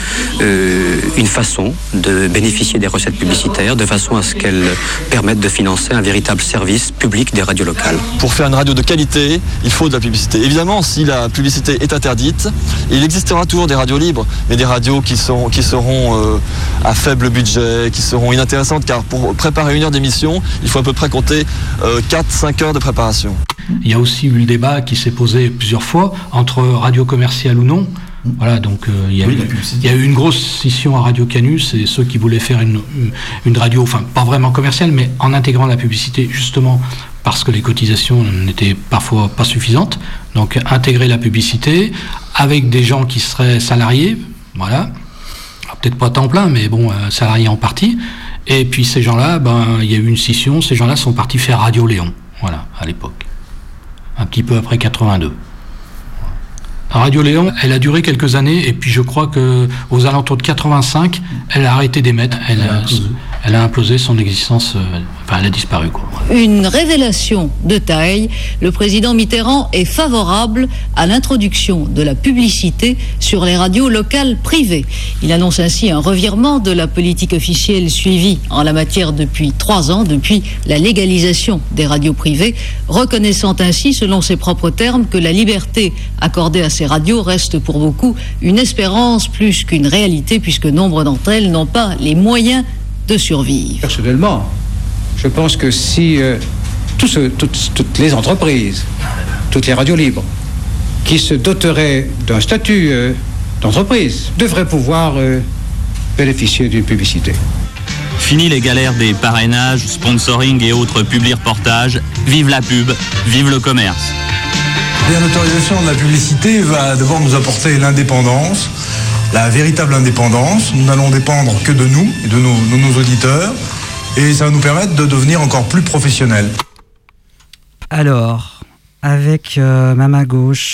une façon de bénéficier des recettes publicitaires de façon à ce qu'elles permettent de financer un véritable service public des radios locales. Pour faire une radio de qualité, il faut de la publicité. Évidemment, si la publicité est interdite, il existera toujours des radios libres, mais des radios qui seront à faible budget, qui seront inintéressantes, car pour préparer une heure d'émission, il faut à peu pré compter 4-5 heures de préparation. Il y a aussi eu le débat qui s'est posé plusieurs fois entre radio commerciale ou non. Voilà, donc il y a eu une grosse scission à Radio Canu, c'est ceux qui voulaient faire une radio, enfin pas vraiment commerciale, mais en intégrant la publicité, justement parce que les cotisations n'étaient parfois pas suffisantes. Donc intégrer la publicité avec des gens qui seraient salariés, voilà, alors, peut-être pas à temps plein, mais bon, salariés en partie. Et puis ces gens-là, il y a eu une scission, ces gens-là sont partis faire Radio Léon, voilà, à l'époque. Un petit peu après 82. Radio Léon, elle a duré quelques années, et puis je crois qu'aux alentours de 85, elle a arrêté d'émettre, elle a implosé son existence, elle a disparu, quoi. Une révélation de taille, le président Mitterrand est favorable à l'introduction de la publicité sur les radios locales privées. Il annonce ainsi un revirement de la politique officielle suivie en la matière depuis 3 ans, depuis la légalisation des radios privées, reconnaissant ainsi, selon ses propres termes, que la liberté accordée à ces radios reste pour beaucoup une espérance plus qu'une réalité, puisque nombre d'entre elles n'ont pas les moyens de survivre. Personnellement, je pense que si toutes les entreprises, toutes les radios libres, qui se doteraient d'un statut d'entreprise, devraient pouvoir bénéficier d'une publicité. Fini les galères des parrainages, sponsoring et autres publi-reportages. Vive la pub, vive le commerce. L'autorisation de la publicité va d'abord nous apporter l'indépendance, la véritable indépendance. Nous n'allons dépendre que de nous et de nos auditeurs, et ça va nous permettre de devenir encore plus professionnels. Alors, avec ma main gauche,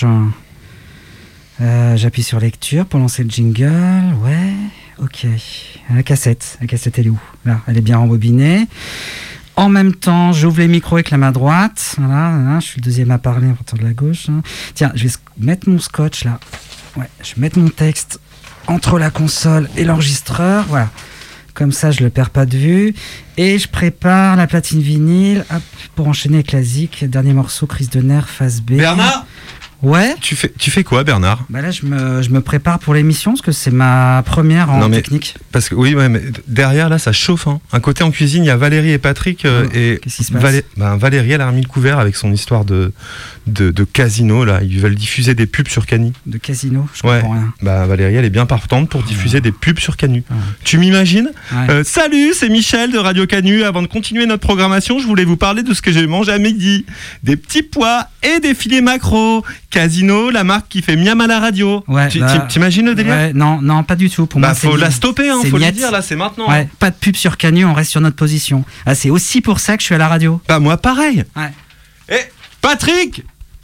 j'appuie sur lecture pour lancer le jingle. Ouais, ok. La cassette elle est où? Là, elle est bien rembobinée. En même temps, j'ouvre les micros avec la main droite. Voilà, je suis le deuxième à parler en partant de la gauche. Tiens, je vais mettre mon scotch là. Ouais, je vais mettre mon texte entre la console et l'enregistreur. Voilà. Comme ça, je le perds pas de vue. Et je prépare la platine vinyle pour enchaîner avec la zik. Dernier morceau, crise de nerfs, phase B. Bernard ? Ouais. Tu fais quoi, Bernard ? Là, je me prépare pour l'émission parce que c'est ma première en technique. Parce que oui, mais derrière là, ça chauffe. Hein. Un côté en cuisine, il y a Valérie et Patrick et qu'est-ce qui se passe ? Valérie, elle a remis le couvert avec son histoire de casino là. Ils veulent diffuser des pubs sur Canu. De casino, je comprends rien. Valérie, elle est bien partante pour diffuser des pubs sur Canu. Tu m'imagines ? Salut, c'est Michel de Radio Canu. Avant de continuer notre programmation, je voulais vous parler de ce que j'ai mangé à midi. Des petits pois et des filets maquereaux. Casino, la marque qui fait miam à la radio. Ouais, t'imagines le délire ? Ouais, non, pas du tout. Pour moi, faut la stopper, faut le dire là, c'est maintenant. Ouais, pas de pub sur Canu, on reste sur notre position. C'est aussi pour ça que je suis à la radio. Moi, pareil. Ouais. Patrick,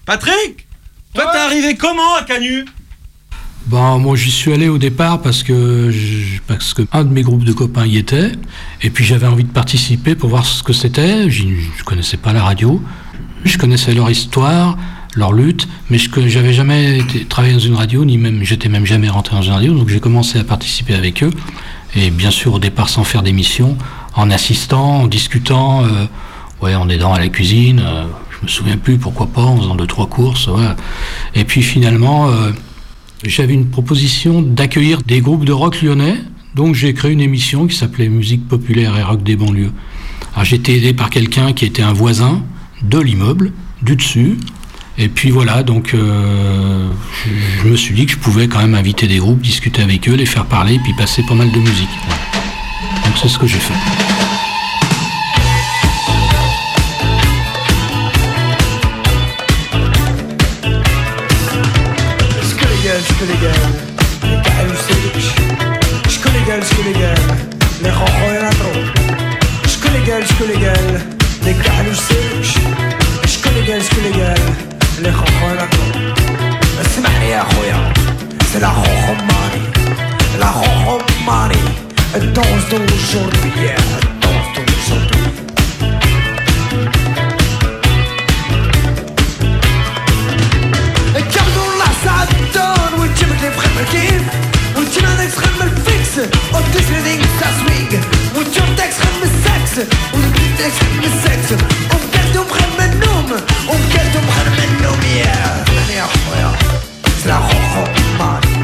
toi, t'es arrivé comment à Canu ? Moi, j'y suis allé au départ parce que un de mes groupes de copains y était, et puis j'avais envie de participer pour voir ce que c'était. Je connaissais pas la radio, je connaissais leur histoire, leur lutte, mais j'avais jamais travaillé dans une radio, j'étais même jamais rentré dans une radio, donc j'ai commencé à participer avec eux, et bien sûr au départ sans faire d'émission, en assistant, en discutant, en aidant à la cuisine, je me souviens plus, pourquoi pas, en faisant 2-3 courses, ouais. Et puis finalement, j'avais une proposition d'accueillir des groupes de rock lyonnais, donc j'ai créé une émission qui s'appelait Musique populaire et rock des banlieues. Alors j'étais aidé par quelqu'un qui était un voisin de l'immeuble, du dessus. Et puis voilà, donc je me suis dit que je pouvais quand même inviter des groupes, discuter avec eux, les faire parler, et puis passer pas mal de musique. Voilà. Donc c'est ce que j'ai fait. اسمعني يا خويا c'est la Roromani elle danse d'aujourd'hui Gardons la ça donne والجيبك لي بخدمة كيف والجينا داك خدم الفيكس والديسلينينغ ça swing والجوب داك خدم السكس والبيت داك خدم السكس ومكلتهم خدم النوم ومكلتهم خدم النوم يا خويا c'est la Roromani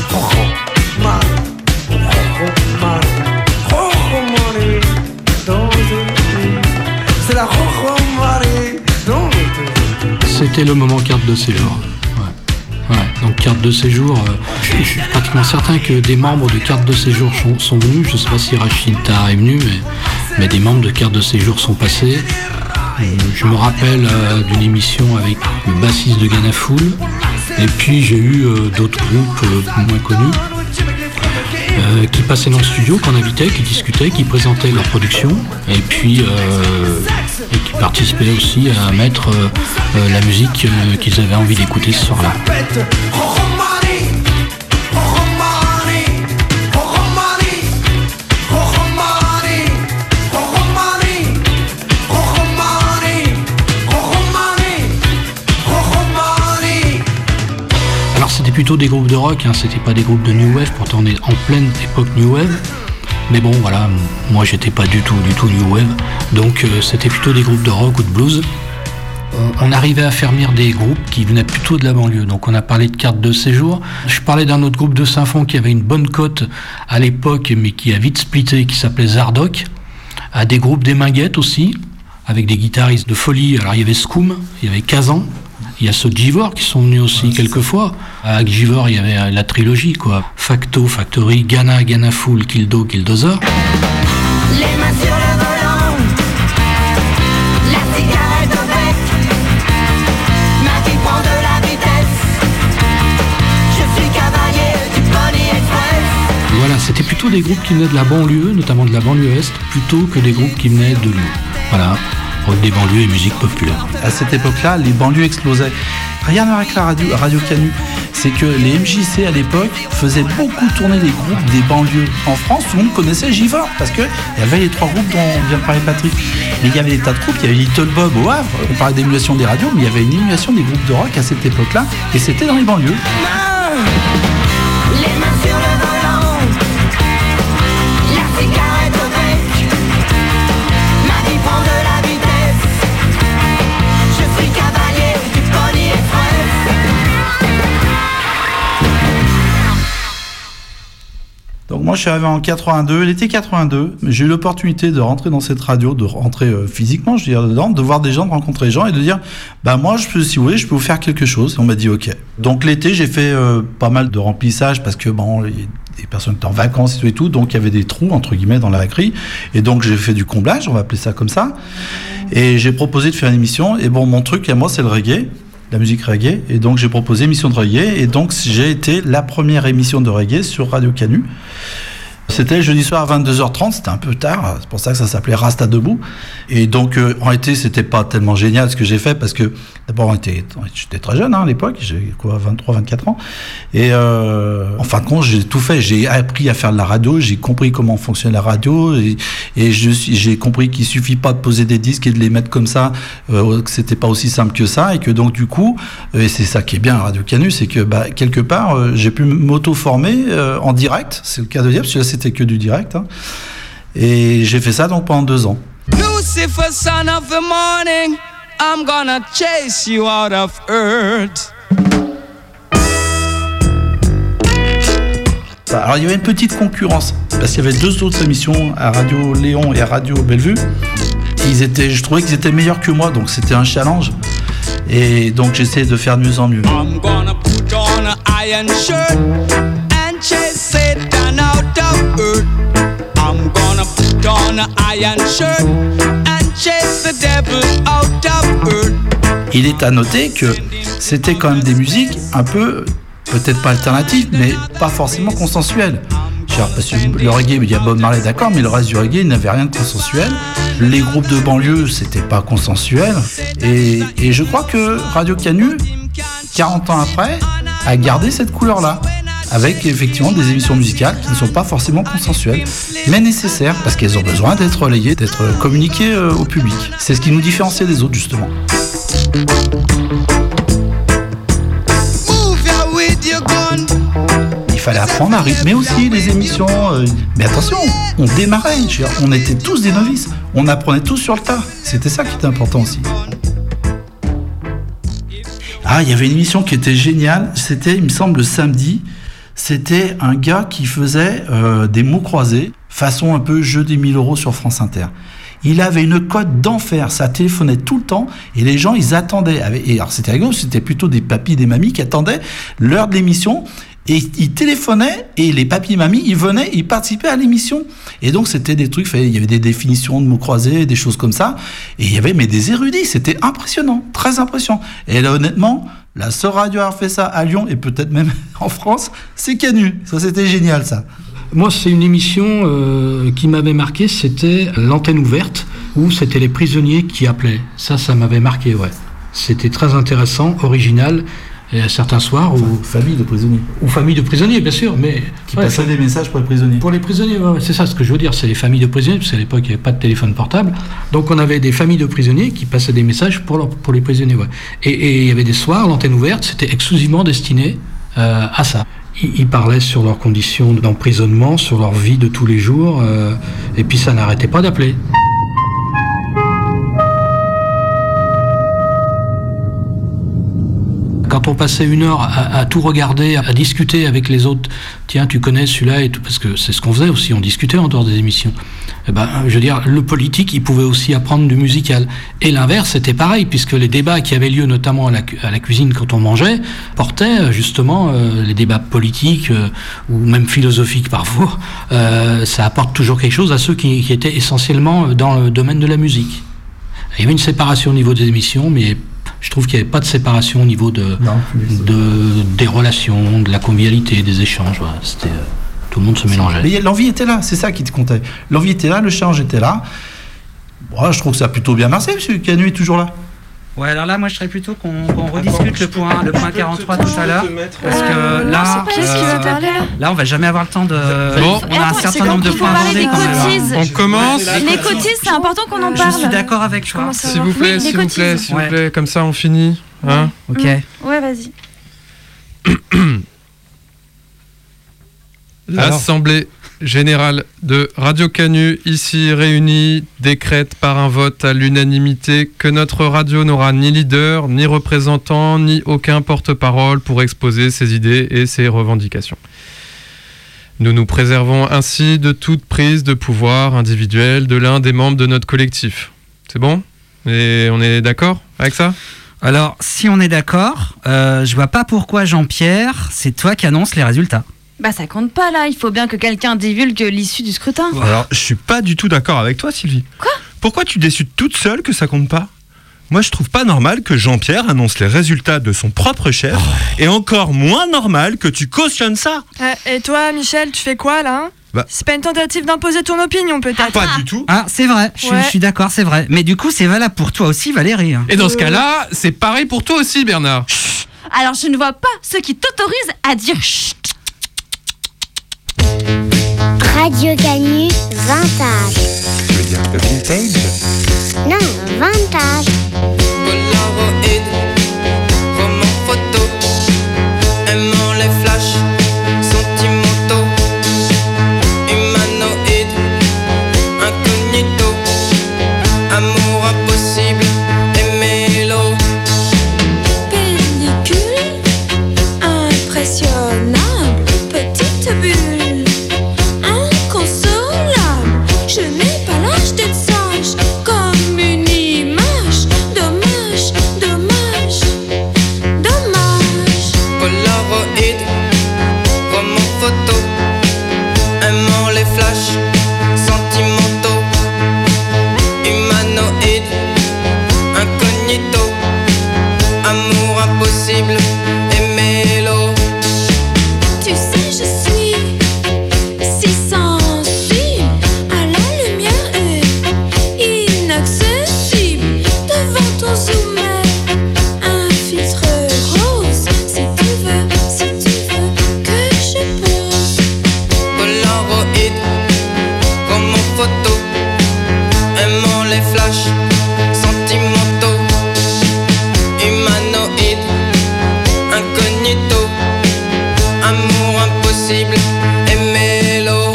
c'est la Roromani. C'était le moment carte de séjour. Ouais, donc carte de séjour, je suis pratiquement certain que des membres de carte de séjour sont venus. Je ne sais pas si Rachid Tahar est venu, mais des membres de carte de séjour sont passés. Je me rappelle d'une émission avec le bassiste de Ganafoul, et puis j'ai eu d'autres groupes moins connus. qui passaient dans le studio, qu'on invitait, qui discutaient, qui présentaient leur production, et puis et qui participaient aussi à mettre la musique qu'ils avaient envie d'écouter ce soir-là. C'était plutôt des groupes de rock, hein, c'était pas des groupes de New Wave, pourtant on est en pleine époque New Wave. Mais bon voilà, moi j'étais pas du tout New Wave, donc c'était plutôt des groupes de rock ou de blues. On arrivait à faire venir des groupes qui venaient plutôt de la banlieue, donc on a parlé de Carte de séjour. Je parlais d'un autre groupe de Saint-Fond qui avait une bonne cote à l'époque, mais qui a vite splitté, qui s'appelait Zardoc. À des groupes des Minguettes aussi, avec des guitaristes de folie. Alors il y avait Scoum, il y avait Kazan. Il y a ceux de Givor qui sont venus aussi quelquefois. À Givor, il y avait la trilogie, quoi. Facto, Factory, Ghana, Ghana Full, Kildo, Kildozer. Les mains sur le volant, la cigarette au bec, ma vie prend de la vitesse, je suis cavalier du Pony Express. Voilà, c'était plutôt des groupes qui venaient de la banlieue, notamment de la banlieue Est, plutôt que des groupes qui venaient de Lyon. Voilà. Des banlieues et musique populaire. À cette époque-là, les banlieues explosaient. Rien à voir avec la Radio Canu. C'est que les MJC à l'époque faisaient beaucoup tourner les groupes des banlieues. En France, tout le monde connaissait Givor parce qu'il y avait les trois groupes dont vient de parler Patrick. Mais il y avait des tas de groupes. Il y avait Little Bob au Havre. On parlait d'émulation des radios, mais il y avait une émulation des groupes de rock à cette époque-là. Et c'était dans les banlieues. Les mains sur le volant, la cigarette au bec, ma vie prend de la vitesse. Donc moi je suis arrivé en 82, l'été 82, j'ai eu l'opportunité de rentrer dans cette radio, de rentrer physiquement, je veux dire dedans, de voir des gens, de rencontrer des gens et de dire bah moi si vous voulez je peux vous faire quelque chose. Et on m'a dit ok. Donc l'été j'ai fait pas mal de remplissage parce que bon des personnes étaient en vacances et tout, donc il y avait des trous entre guillemets dans la récré et donc j'ai fait du comblage, on va appeler ça comme ça. Et j'ai proposé de faire une émission et bon mon truc à moi c'est le reggae. La musique reggae, et donc j'ai proposé émission de reggae, et donc j'ai été la première émission de reggae sur Radio Canu. C'était le jeudi soir à 22h30, c'était un peu tard, c'est pour ça que ça s'appelait Rasta Debout. Et donc en été, c'était pas tellement génial ce que j'ai fait, parce que d'abord j'étais très jeune à l'époque, j'ai 23-24 ans, et en fin de compte j'ai tout fait, j'ai appris à faire de la radio, j'ai compris comment fonctionne la radio, et j'ai compris qu'il suffit pas de poser des disques et de les mettre comme ça, que c'était pas aussi simple que ça, et que donc du coup, et c'est ça qui est bien à Radio Canu, c'est que quelque part j'ai pu m'auto-former en direct, c'est le cas de dire, parce que là c'était que du direct, hein. Et j'ai fait ça donc pendant 2 ans. Lucifer, son of the morning, I'm gonna chase you out of earth. Alors il y avait une petite concurrence parce qu'il y avait 2 autres émissions à Radio Léon et à Radio Bellevue. Je trouvais qu'ils étaient meilleurs que moi, donc c'était un challenge. Et donc j'essayais de faire de mieux en mieux. I'm gonna put on an iron shirt and chase Satan out of earth. I'm gonna put on an iron shirt and chase the devil out of earth. Il est à noter que c'était quand même des musiques un peu, peut-être pas alternatives, mais pas forcément consensuelles. Parce que le reggae, il y a Bob Marley, d'accord, mais le reste du reggae, il n'avait rien de consensuel. Les groupes de banlieue, c'était pas consensuel. Et je crois que Radio Canu, 40 ans après, a gardé cette couleur-là. Avec effectivement des émissions musicales qui ne sont pas forcément consensuelles, mais nécessaires, parce qu'elles ont besoin d'être relayées, d'être communiquées au public. C'est ce qui nous différencie des autres, justement. Il fallait apprendre à rythmer aussi les émissions. Mais attention, on démarrait, on était tous des novices. On apprenait tous sur le tas. C'était ça qui était important aussi. Ah, il y avait une émission qui était géniale. C'était, il me semble, le samedi. C'était un gars qui faisait des mots croisés, façon un peu jeu des 1000 € sur France Inter. Il avait une cote d'enfer, ça téléphonait tout le temps, et les gens, ils attendaient. Et alors, c'était rigolo, c'était plutôt des papis et des mamies qui attendaient l'heure de l'émission, et ils téléphonaient, et les papis et mamies, ils venaient, ils participaient à l'émission. Et donc, c'était des trucs, il y avait des définitions de mots croisés, des choses comme ça, et il y avait des érudits, c'était impressionnant, très impressionnant. Et là, honnêtement, la seule radio à avoir fait ça à Lyon, et peut-être même en France, c'est Canu. Ça, c'était génial, ça. Moi, c'est une émission qui m'avait marqué, c'était l'antenne ouverte, où c'était les prisonniers qui appelaient. Ça m'avait marqué, ouais. C'était très intéressant, original. Et certains soirs famille de prisonniers. Ou famille de prisonniers, bien sûr, mais... Qui passaient des messages pour les prisonniers. Pour les prisonniers, ouais, c'est ça ce que je veux dire, c'est les familles de prisonniers, parce qu'à l'époque, il n'y avait pas de téléphone portable. Donc on avait des familles de prisonniers qui passaient des messages pour les prisonniers, ouais. Et il y avait des soirs, l'antenne ouverte, c'était exclusivement destiné à ça. Ils parlaient sur leurs conditions d'emprisonnement, sur leur vie de tous les jours, et puis ça n'arrêtait pas d'appeler. Quand on passait 1 heure à tout regarder, à discuter avec les autres, tiens, tu connais celui-là et tout, parce que c'est ce qu'on faisait aussi, on discutait en dehors des émissions. Eh ben, je veux dire, le politique, il pouvait aussi apprendre du musical. Et l'inverse, c'était pareil, puisque les débats qui avaient lieu notamment à la cuisine quand on mangeait, portaient justement les débats politiques ou même philosophiques parfois. Ça apporte toujours quelque chose à ceux qui étaient essentiellement dans le domaine de la musique. Il y avait une séparation au niveau des émissions, mais je trouve qu'il n'y avait pas de séparation au niveau des relations, de la convivialité, des échanges. Voilà. C'était, tout le monde se mélangeait. Mais l'envie était là, c'est ça qui te comptait. L'envie était là, le change était là. Bon, je trouve que ça a plutôt bien marché, monsieur Canu est toujours là. Ouais, alors là, moi, je serais plutôt qu'on rediscute le point 43 tout à l'heure. Parce que là, là, on va jamais avoir le temps de... Bon. On a un certain nombre de points à aborder quand même. On commence. Les cotises, c'est important qu'on en parle. Je suis d'accord avec toi. S'il vous plaît, s'il vous plaît, comme ça on finit. Hein ok. Ouais, vas-y. Assemblée générale de Radio Canu, ici réunie, décrète par un vote à l'unanimité que notre radio n'aura ni leader, ni représentant, ni aucun porte-parole pour exposer ses idées et ses revendications. Nous nous préservons ainsi de toute prise de pouvoir individuel de l'un des membres de notre collectif. C'est bon ? Et on est d'accord avec ça ? Alors, si on est d'accord, je vois pas pourquoi Jean-Pierre, c'est toi qui annonce les résultats. Bah ça compte pas là, il faut bien que quelqu'un divulgue l'issue du scrutin. Alors, je suis pas du tout d'accord avec toi, Sylvie. Quoi ? Pourquoi tu décides toute seule que ça compte pas ? Moi, je trouve pas normal que Jean-Pierre annonce les résultats de son propre chef, et encore moins normal que tu cautionnes ça. Et toi, Michel, tu fais quoi là ? C'est pas une tentative d'imposer ton opinion, peut-être ? Pas du tout. Ah, c'est vrai, je suis d'accord, c'est vrai. Mais du coup, c'est valable pour toi aussi, Valérie. Et dans ce cas-là, c'est pareil pour toi aussi, Bernard. Alors, je ne vois pas ce qui t'autorise à dire chut. Radio Canu, vintage. Tu veux dire vintage ? Non, vintage. Polaroid, roman photo, aimant les flashs, sentimentaux, humanoïde, incognito, amour impossible et mélo. Pellicule, impressionnable, petite bulle. Je n'ai pas l'âge d'être sage, comme une image. Dommage, dommage, dommage. Polaroid, roman photo, aimant les flashs, sentimentaux, humanoïde, incognito, amour impossible et mélo. Tu sais, je suis si sensible à la lumière et inaccessible devant ton soumet. Un filtre rose, si tu veux que je pose. Polaroid, roman photo, aimant les flashs, sentimentaux, humanoïde, incognito, amour impossible et mélo.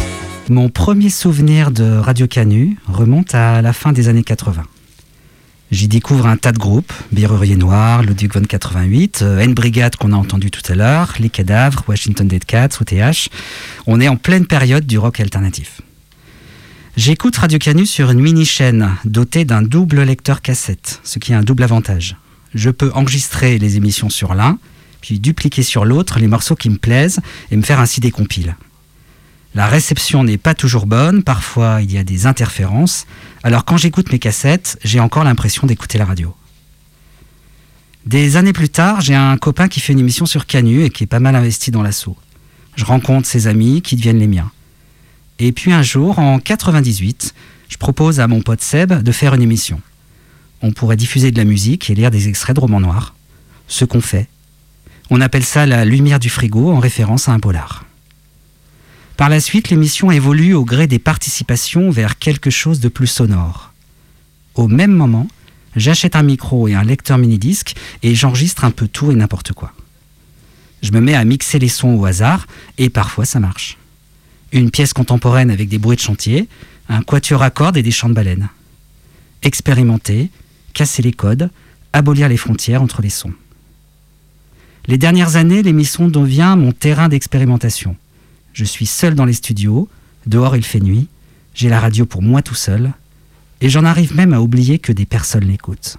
Mon premier souvenir de Radio Canu remonte à la fin des années 80. J'y découvre un tas de groupes, Berrurier Noir, Ludwig von 88, N-Brigade qu'on a entendu tout à l'heure, Les Cadavres, Washington Dead Cats, OTH. On est en pleine période du rock alternatif. J'écoute Radio Canu sur une mini-chaîne dotée d'un double lecteur cassette, ce qui a un double avantage. Je peux enregistrer les émissions sur l'un, puis dupliquer sur l'autre les morceaux qui me plaisent et me faire ainsi des compiles. La réception n'est pas toujours bonne, parfois il y a des interférences, alors quand j'écoute mes cassettes, j'ai encore l'impression d'écouter la radio. Des années plus tard, j'ai un copain qui fait une émission sur Canu et qui est pas mal investi dans l'assaut. Je rencontre ses amis qui deviennent les miens. Et puis un jour, en 98, je propose à mon pote Seb de faire une émission. On pourrait diffuser de la musique et lire des extraits de romans noirs. Ce qu'on fait. On appelle ça la lumière du frigo en référence à un polar. Par la suite, l'émission évolue au gré des participations vers quelque chose de plus sonore. Au même moment, j'achète un micro et un lecteur mini-disque et j'enregistre un peu tout et n'importe quoi. Je me mets à mixer les sons au hasard et parfois ça marche. Une pièce contemporaine avec des bruits de chantier, un quatuor à cordes et des chants de baleines. Expérimenter, casser les codes, abolir les frontières entre les sons. Les dernières années, l'émission devient mon terrain d'expérimentation. Je suis seul dans les studios, dehors il fait nuit, j'ai la radio pour moi tout seul, et j'en arrive même à oublier que des personnes l'écoutent.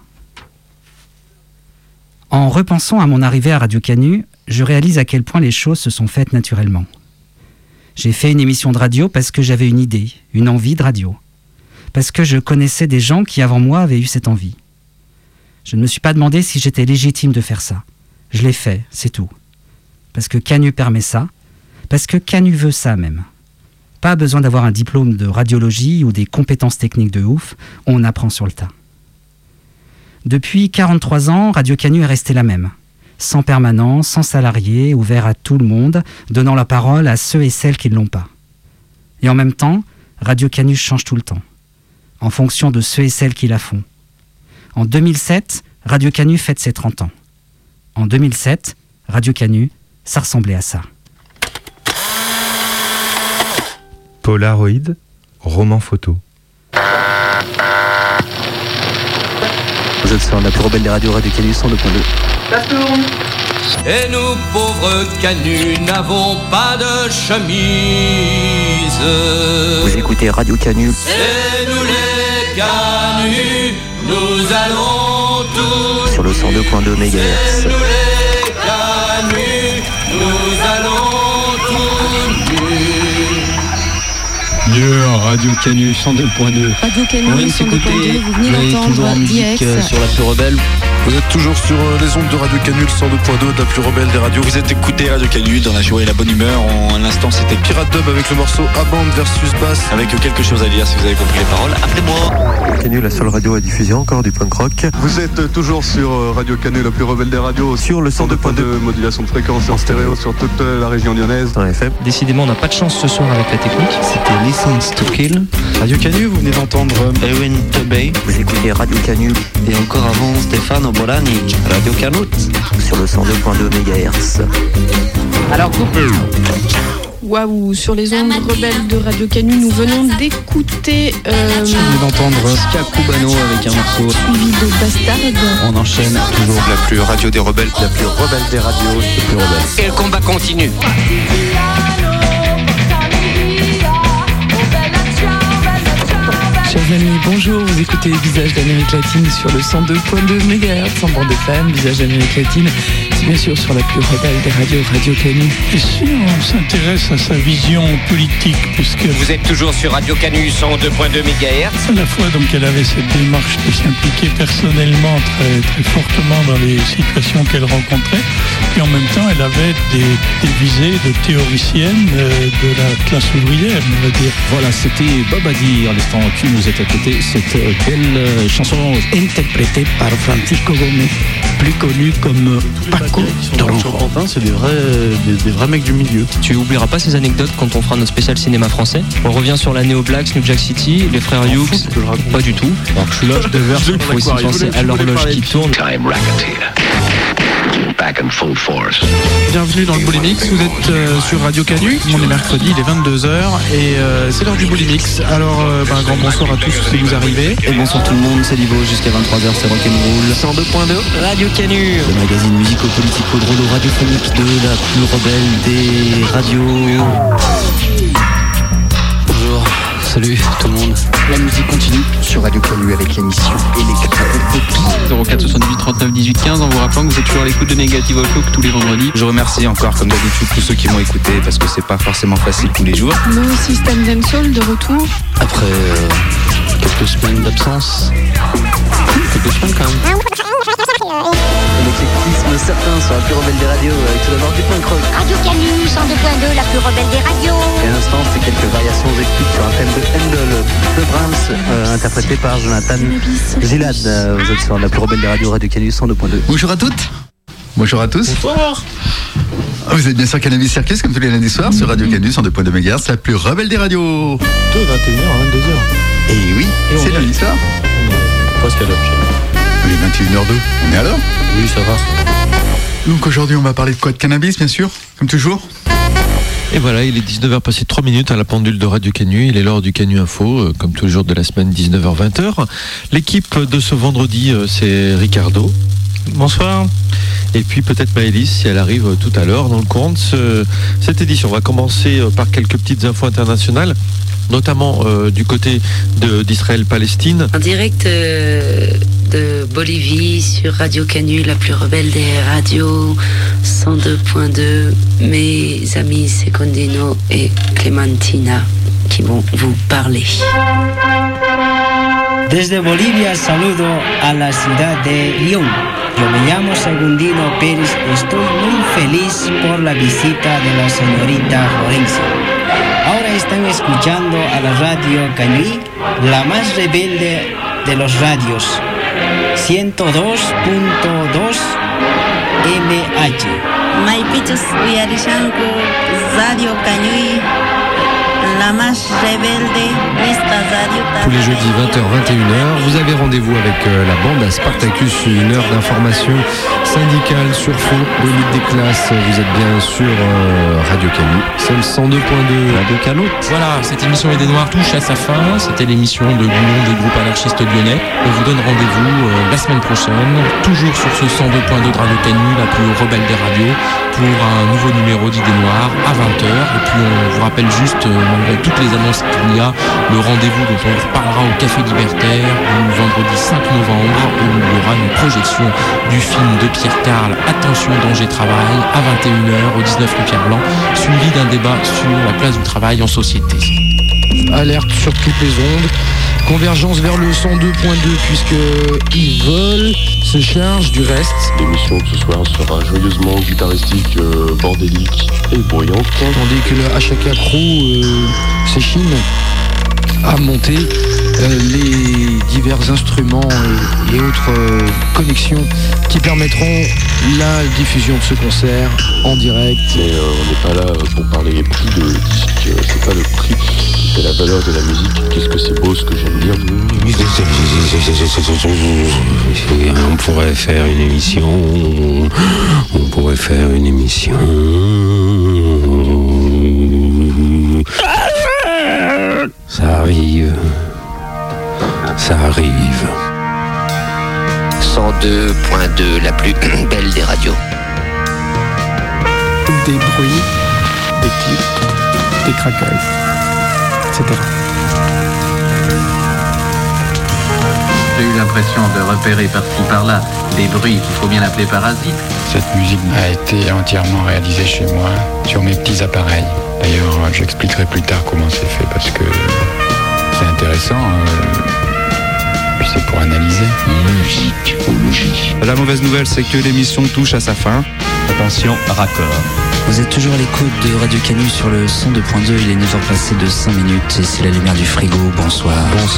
En repensant à mon arrivée à Radio Canu, je réalise à quel point les choses se sont faites naturellement. J'ai fait une émission de radio parce que j'avais une idée, une envie de radio. Parce que je connaissais des gens qui avant moi avaient eu cette envie. Je ne me suis pas demandé si j'étais légitime de faire ça. Je l'ai fait, c'est tout. Parce que Canu permet ça, parce que Canu veut ça même. Pas besoin d'avoir un diplôme de radiologie ou des compétences techniques de ouf, on apprend sur le tas. Depuis 43 ans, Radio Canu est restée la même. Sans permanent, sans salarié, ouvert à tout le monde, donnant la parole à ceux et celles qui ne l'ont pas. Et en même temps, Radio Canu change tout le temps, en fonction de ceux et celles qui la font. En 2007, Radio Canu fête ses 30 ans. En 2007, Radio Canu, ça ressemblait à ça. Polaroid, roman photo. Vous êtes sur la plus rebelle des radios, Radio Canu 102.2. Ça tourne. Et nous pauvres Canus n'avons pas de chemise. Vous écoutez Radio Canu. C'est nous les Canus, nous allons tous. Sur le 102.2 MHz. C'est nous les Canus, nous allons tous nus. Radio Canu 102.2. Radio Canu 102.2, vous venez d'entendre DX. Sur la plus rebelle. Vous êtes toujours sur les ondes de Radio Canu 102.2, de la plus rebelle des radios. Vous êtes écouté Radio Canu dans la joie et la bonne humeur. À l'instant, c'était Pirate Dub avec le morceau A-Band versus Bass. Avec quelque chose à dire si vous avez compris les paroles. Appelez-moi. Radio Canu, la seule radio à diffuser encore du punk rock. Vous êtes toujours sur Radio Canu, la plus rebelle des radios. Sur le 102.2, modulation de fréquence en stéréo sur toute la région lyonnaise. Dans FM. Décidément, on n'a pas de chance ce soir avec la technique. C'était License to Kill. Radio Canu, vous venez d'entendre Ewen Tobey. Vous écoutez Radio Canu. Et encore avant, Stefano Bolani. Radio Canut sur le 102.2 MHz. Alors coupe. Waouh, sur les ondes rebelles de Radio Canu, nous venons d'écouter Vous venez d'entendre Ska Cubano avec un morceau suivi de Bastard. On enchaîne toujours la plus radio des rebelles. La plus rebelle des radios, la plus rebelle. Et le combat continue. Chers amis, bonjour, vous écoutez Visage d'Amérique latine sur le 102.2 MHz en bande FM. Visage d'Amérique latine, c'est bien sûr sur la plus rebelle des radios, Radio Canu. Et si on s'intéresse à sa vision politique, puisque Vous êtes toujours sur Radio Canu 102.2 MHz. à la fois donc elle avait cette démarche de s'impliquer personnellement très, très fortement dans les situations qu'elle rencontrait, et en même temps elle avait des visées de théoricienne de la classe ouvrière, on va dire. Voilà, c'était Babadi à l'instant qui nous est à côté, cette belle chanson Interprétée par Francisco Gomez, plus connu comme Paco Toronjo. C'est des vrais mecs du milieu. Tu oublieras pas ces anecdotes quand on fera notre spécial cinéma français. On revient sur la Neo Blacks, New Jack City, les frères Hughes, pas du tout. Alors je suis là, je déverse. Il faut aussi penser à l'horloge qui tourne. Time Racketeer. back in full force. Bienvenue dans le Bullymix, vous êtes sur Radio Canu, on est mercredi, il est 22h et c'est l'heure du Bullymix. Alors un grand bonsoir à tous si vous arrivez. Et bonsoir tout le monde, c'est Livo, jusqu'à 23h c'est Rock'n'Roll 102.2 Radio Canu, le magazine musico-politico-drôlo-radiophonique de la plus rebelle des radios. Bonjour, salut tout le monde. La musique continue sur Radio Canu avec l'émission Electro. 04 78 39 18 15 en vous rappelant que vous êtes toujours à l'écoute de Negative Outlook tous les vendredis. Je remercie encore comme d'habitude tous ceux qui m'ont écouté parce que c'est pas forcément facile tous les jours. Le système d'Ensol de retour. Après quelques semaines d'absence, quelques semaines quand même. L'éclectisme certain sur la plus rebelle des radios avec tout d'abord du punk rock. Radio Canu 102.2, la plus rebelle des radios. Et à l'instant, c'est quelques variations écrites sur un thème de Handel de Brahms, interprété par Jonathan Gilad. Vous êtes sur la plus rebelle des radios, Radio Canu 102.2. Bonjour à toutes. Bonjour à tous. Bonsoir. Vous êtes bien sûr Cannabis Circus comme tous les lundis soirs sur Radio Canu 102.2 MHz, la plus rebelle des radios. De 21h à 22h. Et oui, c'est lundi soir. Presque à l'heure. Il est 21h02. On est à l'heure? Oui, ça va. Donc aujourd'hui, on va parler de quoi? De cannabis, bien sûr, comme toujours. Et voilà, il est 19h passé 3 minutes à la pendule de Radio Canu. Il est l'heure du Canu Info, comme tous les jours de la semaine, 19h-20h. L'équipe de ce vendredi, c'est Ricardo. Bonsoir. Et puis peut-être Maëlys, si elle arrive tout à l'heure dans le courant de cette édition. On va commencer par quelques petites infos internationales, notamment du côté d'Israël-Palestine. En direct de Bolivie sur Radio Canu, la plus rebelle des radios, 102.2. Mes amis Secondino et Clementina qui vont vous parler. Desde Bolivia saludo a la ciudad de Lyon. Yo me llamo Secundino Pérez, estoy muy feliz por la visita de la señorita Florencia. Ahora están escuchando a la Radio Canu, la más rebelde de los radios, 102.2 MH. Maipichos Uyarishanko, Radio Canu, la más rebelde, esta radio. Tous les jeudis 20h-21h, vous avez rendez-vous avec la bande à Spartacus, une heure d'information syndicale sur fond de lutte des classes. Vous êtes bien sur Radio Canu, c'est le 102.2 Radio Canu. Voilà, cette émission des Noirs touche à sa fin. C'était l'émission de l'Union des groupes anarchistes lyonnais. On vous donne rendez-vous la semaine prochaine, toujours sur ce 102.2 de Radio Canu, la plus rebelle des radios, pour un nouveau numéro d'Idées Noires à 20h. Et puis on vous rappelle juste, malgré toutes les annonces qu'il y a, le rendez-vous dont on vous reparlera au Café Libertaire le vendredi 5 novembre, où il y aura une projection du film de Pierre Carl, Attention, danger, travail, à 21h au 19 rue Pierre Blanc, suivi d'un débat sur la place du travail en société. Alerte sur toutes les ondes. Convergence vers le 102.2 puisque Yves se charge du reste. L'émission de ce soir sera joyeusement guitaristique, bordélique et bruyante. Tandis que le HK Crew s'échine à monter les divers instruments et autres connexions qui permettront la diffusion de ce concert en direct. Mais on n'est pas là pour parler prix de disque, c'est pas le prix, c'est la valeur de la musique. Qu'est-ce que c'est beau ce que j'aime dire. On pourrait faire une émission. Ça arrive. 102.2, la plus belle des radios. Des bruits, des clips, des craquages, etc. J'ai eu l'impression de repérer par-ci par-là des bruits qu'il faut bien appeler parasites. Cette musique a été entièrement réalisée chez moi, sur mes petits appareils. D'ailleurs, j'expliquerai plus tard comment c'est fait parce que c'est intéressant. Puis c'est pour analyser. Musique. La mauvaise nouvelle, c'est que l'émission touche à sa fin. Attention, raccord. Vous êtes toujours à l'écoute de Radio Canu sur le 102.2, il est 9h passé de 5 minutes et c'est la lumière du frigo. Bonsoir.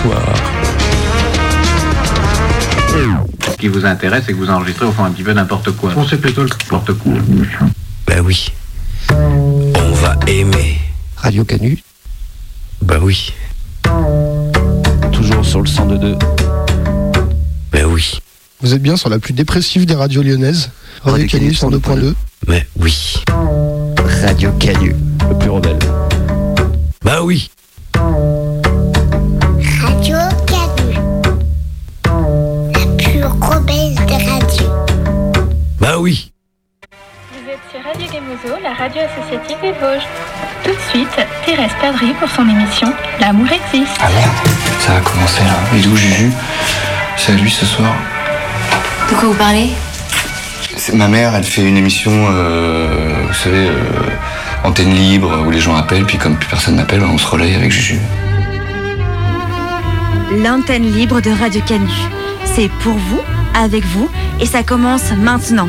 Ce qui vous intéresse, c'est que vous enregistrez au fond un petit peu n'importe quoi. On sait plutôt n'importe quoi. Ben oui. On va aimer. Radio Canu. Ben oui. Toujours sur le 102.2. Ben oui. Vous êtes bien sur la plus dépressive des radios lyonnaises. Radio Canu 102.2. Mais oui. Radio Canu, le plus rebelle. Bah oui. Radio Canu, la plus rebelle des radios. Bah oui. Vous êtes sur Radio Gamozo, la radio associative des Vosges. Tout de suite, Thérèse Perdry pour son émission L'amour existe. Ah merde, ça a commencé là. Il est où Juju? C'est à lui ce soir. De quoi vous parlez? Ma mère, elle fait une émission, vous savez, antenne libre, où les gens appellent, puis comme plus personne n'appelle, on se relaye avec Juju. L'antenne libre de Radio Canu. C'est pour vous, avec vous, et ça commence maintenant.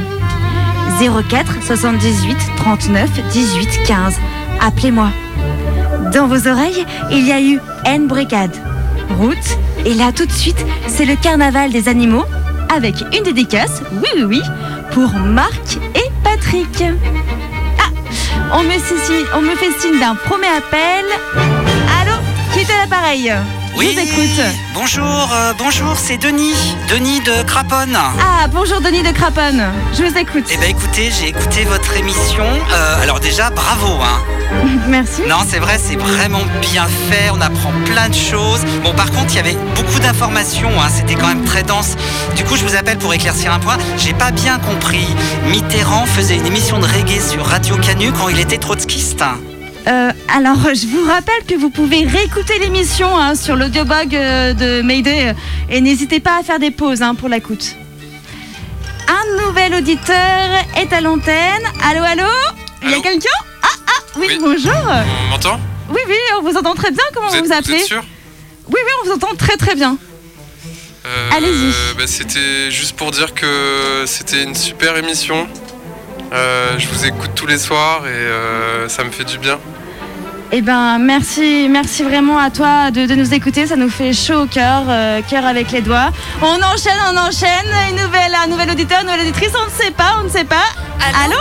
04 78 39 18 15. Appelez-moi. Dans vos oreilles, il y a eu N Brigade. Route, et là tout de suite, c'est le carnaval des animaux, avec une dédicace, oui, pour Marc et Patrick. Ah, on me fait signe d'un premier appel. Allô, qui est à l'appareil? Oui, je vous écoute. Bonjour, c'est Denis de Craponne. Ah, bonjour Denis de Craponne, je vous écoute. Eh ben écoutez, j'ai écouté votre émission, alors déjà, bravo, hein. Merci. Non, c'est vrai, c'est vraiment bien fait, on apprend plein de choses. Bon, par contre, il y avait beaucoup d'informations, hein, c'était quand même très dense. Du coup, je vous appelle pour éclaircir un point. J'ai pas bien compris. Mitterrand faisait une émission de reggae sur Radio Canu quand il était trotskiste. Alors, je vous rappelle que vous pouvez réécouter l'émission sur l'audioblog de Mayday et n'hésitez pas à faire des pauses pour l'écoute. Un nouvel auditeur est à l'antenne. Allô? Il y a quelqu'un? Oui, bonjour. On m'entend? Oui, on vous entend très bien. Comment vous appelez? Vous êtes sûr? Oui, on vous entend très très bien. Allez-y. C'était juste pour dire que c'était une super émission. Je vous écoute tous les soirs et ça me fait du bien. Eh ben merci vraiment à toi de nous écouter, ça nous fait chaud au cœur, cœur avec les doigts. On enchaîne, un nouvel auditeur, une nouvelle auditrice, on ne sait pas. Allô?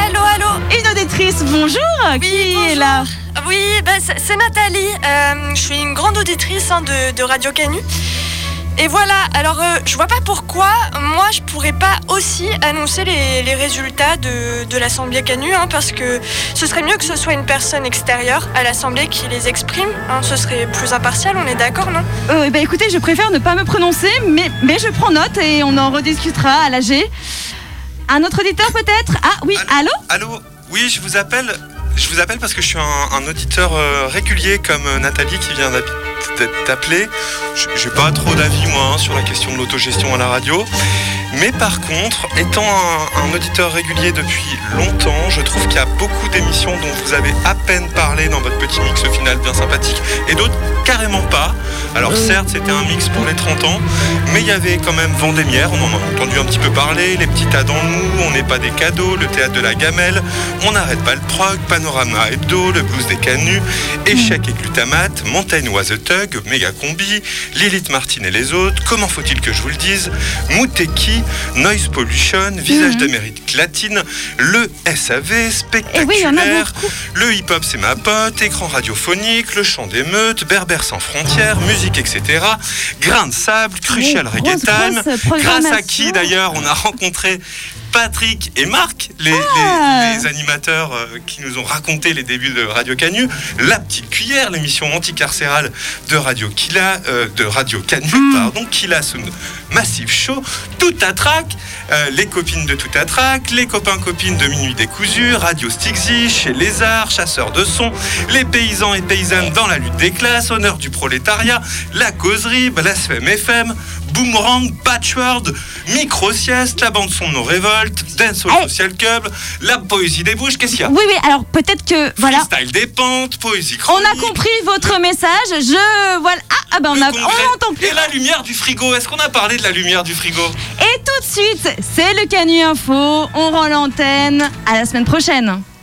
Une auditrice, bonjour, oui, qui bonjour. est là? Oui, c'est Nathalie, je suis une grande auditrice de Radio Canu. Et voilà, alors je vois pas pourquoi moi je pourrais pas aussi annoncer les résultats de l'Assemblée Canu, parce que ce serait mieux que ce soit une personne extérieure à l'Assemblée qui les exprime, ce serait plus impartial, on est d'accord, non? Écoutez, je préfère ne pas me prononcer, mais je prends note et on en rediscutera à l'AG. Un autre auditeur peut-être? Ah oui, allô? Oui, je vous appelle parce que je suis un auditeur régulier comme Nathalie qui vient d'appeler. J'ai pas trop d'avis moi sur la question de l'autogestion à la radio. Mais par contre, étant un auditeur régulier depuis longtemps, je trouve qu'il y a beaucoup d'émissions dont vous avez à peine parlé dans votre petit mix final bien sympathique et d'autres carrément pas. Alors certes, c'était un mix pour les 30 ans, mais il y avait quand même Vendémiaire, on en a entendu un petit peu parler, les petits tas dans le mou, on n'est pas des cadeaux, le théâtre de la gamelle, on n'arrête pas le prog, Panorama Hebdo, le blues des Canus, Échec et Glutamate, Mountain Was a Tug, Méga Combi, Lilith Martin et les autres, Comment faut-il que je vous le dise, Mouteki, Noise Pollution, Visage d'Amérique latine, le SAV, Spectaculaire, le hip-hop c'est ma pote, Écran radiophonique, le chant des meutes, Berbère sans frontières, musique etc. Grain de sable, Crucial Reggae Time, grâce à qui d'ailleurs on a rencontré Patrick et Marc, les animateurs qui nous ont raconté les débuts de Radio Canu, La Petite Cuillère, l'émission anticarcérale de Radio Canu, qui la sonne Massive Show, Tout à Trac, les copines de Tout à Trac, les copains-copines de Minuit Décousu, Radio Stixy, Chez Lézard, Chasseurs de Sons, les paysans et paysannes dans la lutte des classes, Honneur du prolétariat, La Causerie, Blasphème FM, Boomerang, Patchworld, Micro-Sieste, la bande-son de nos révoltes, Dancehall Social Club, la poésie des bouches, qu'est-ce qu'il y a? Oui, alors peut-être que, voilà. Freestyle des pentes, poésie chronique. On a compris votre message, on entend plus. Et la lumière du frigo, est-ce qu'on a parlé de la lumière du frigo? Et tout de suite, c'est le Canu Info, on rend l'antenne, à la semaine prochaine.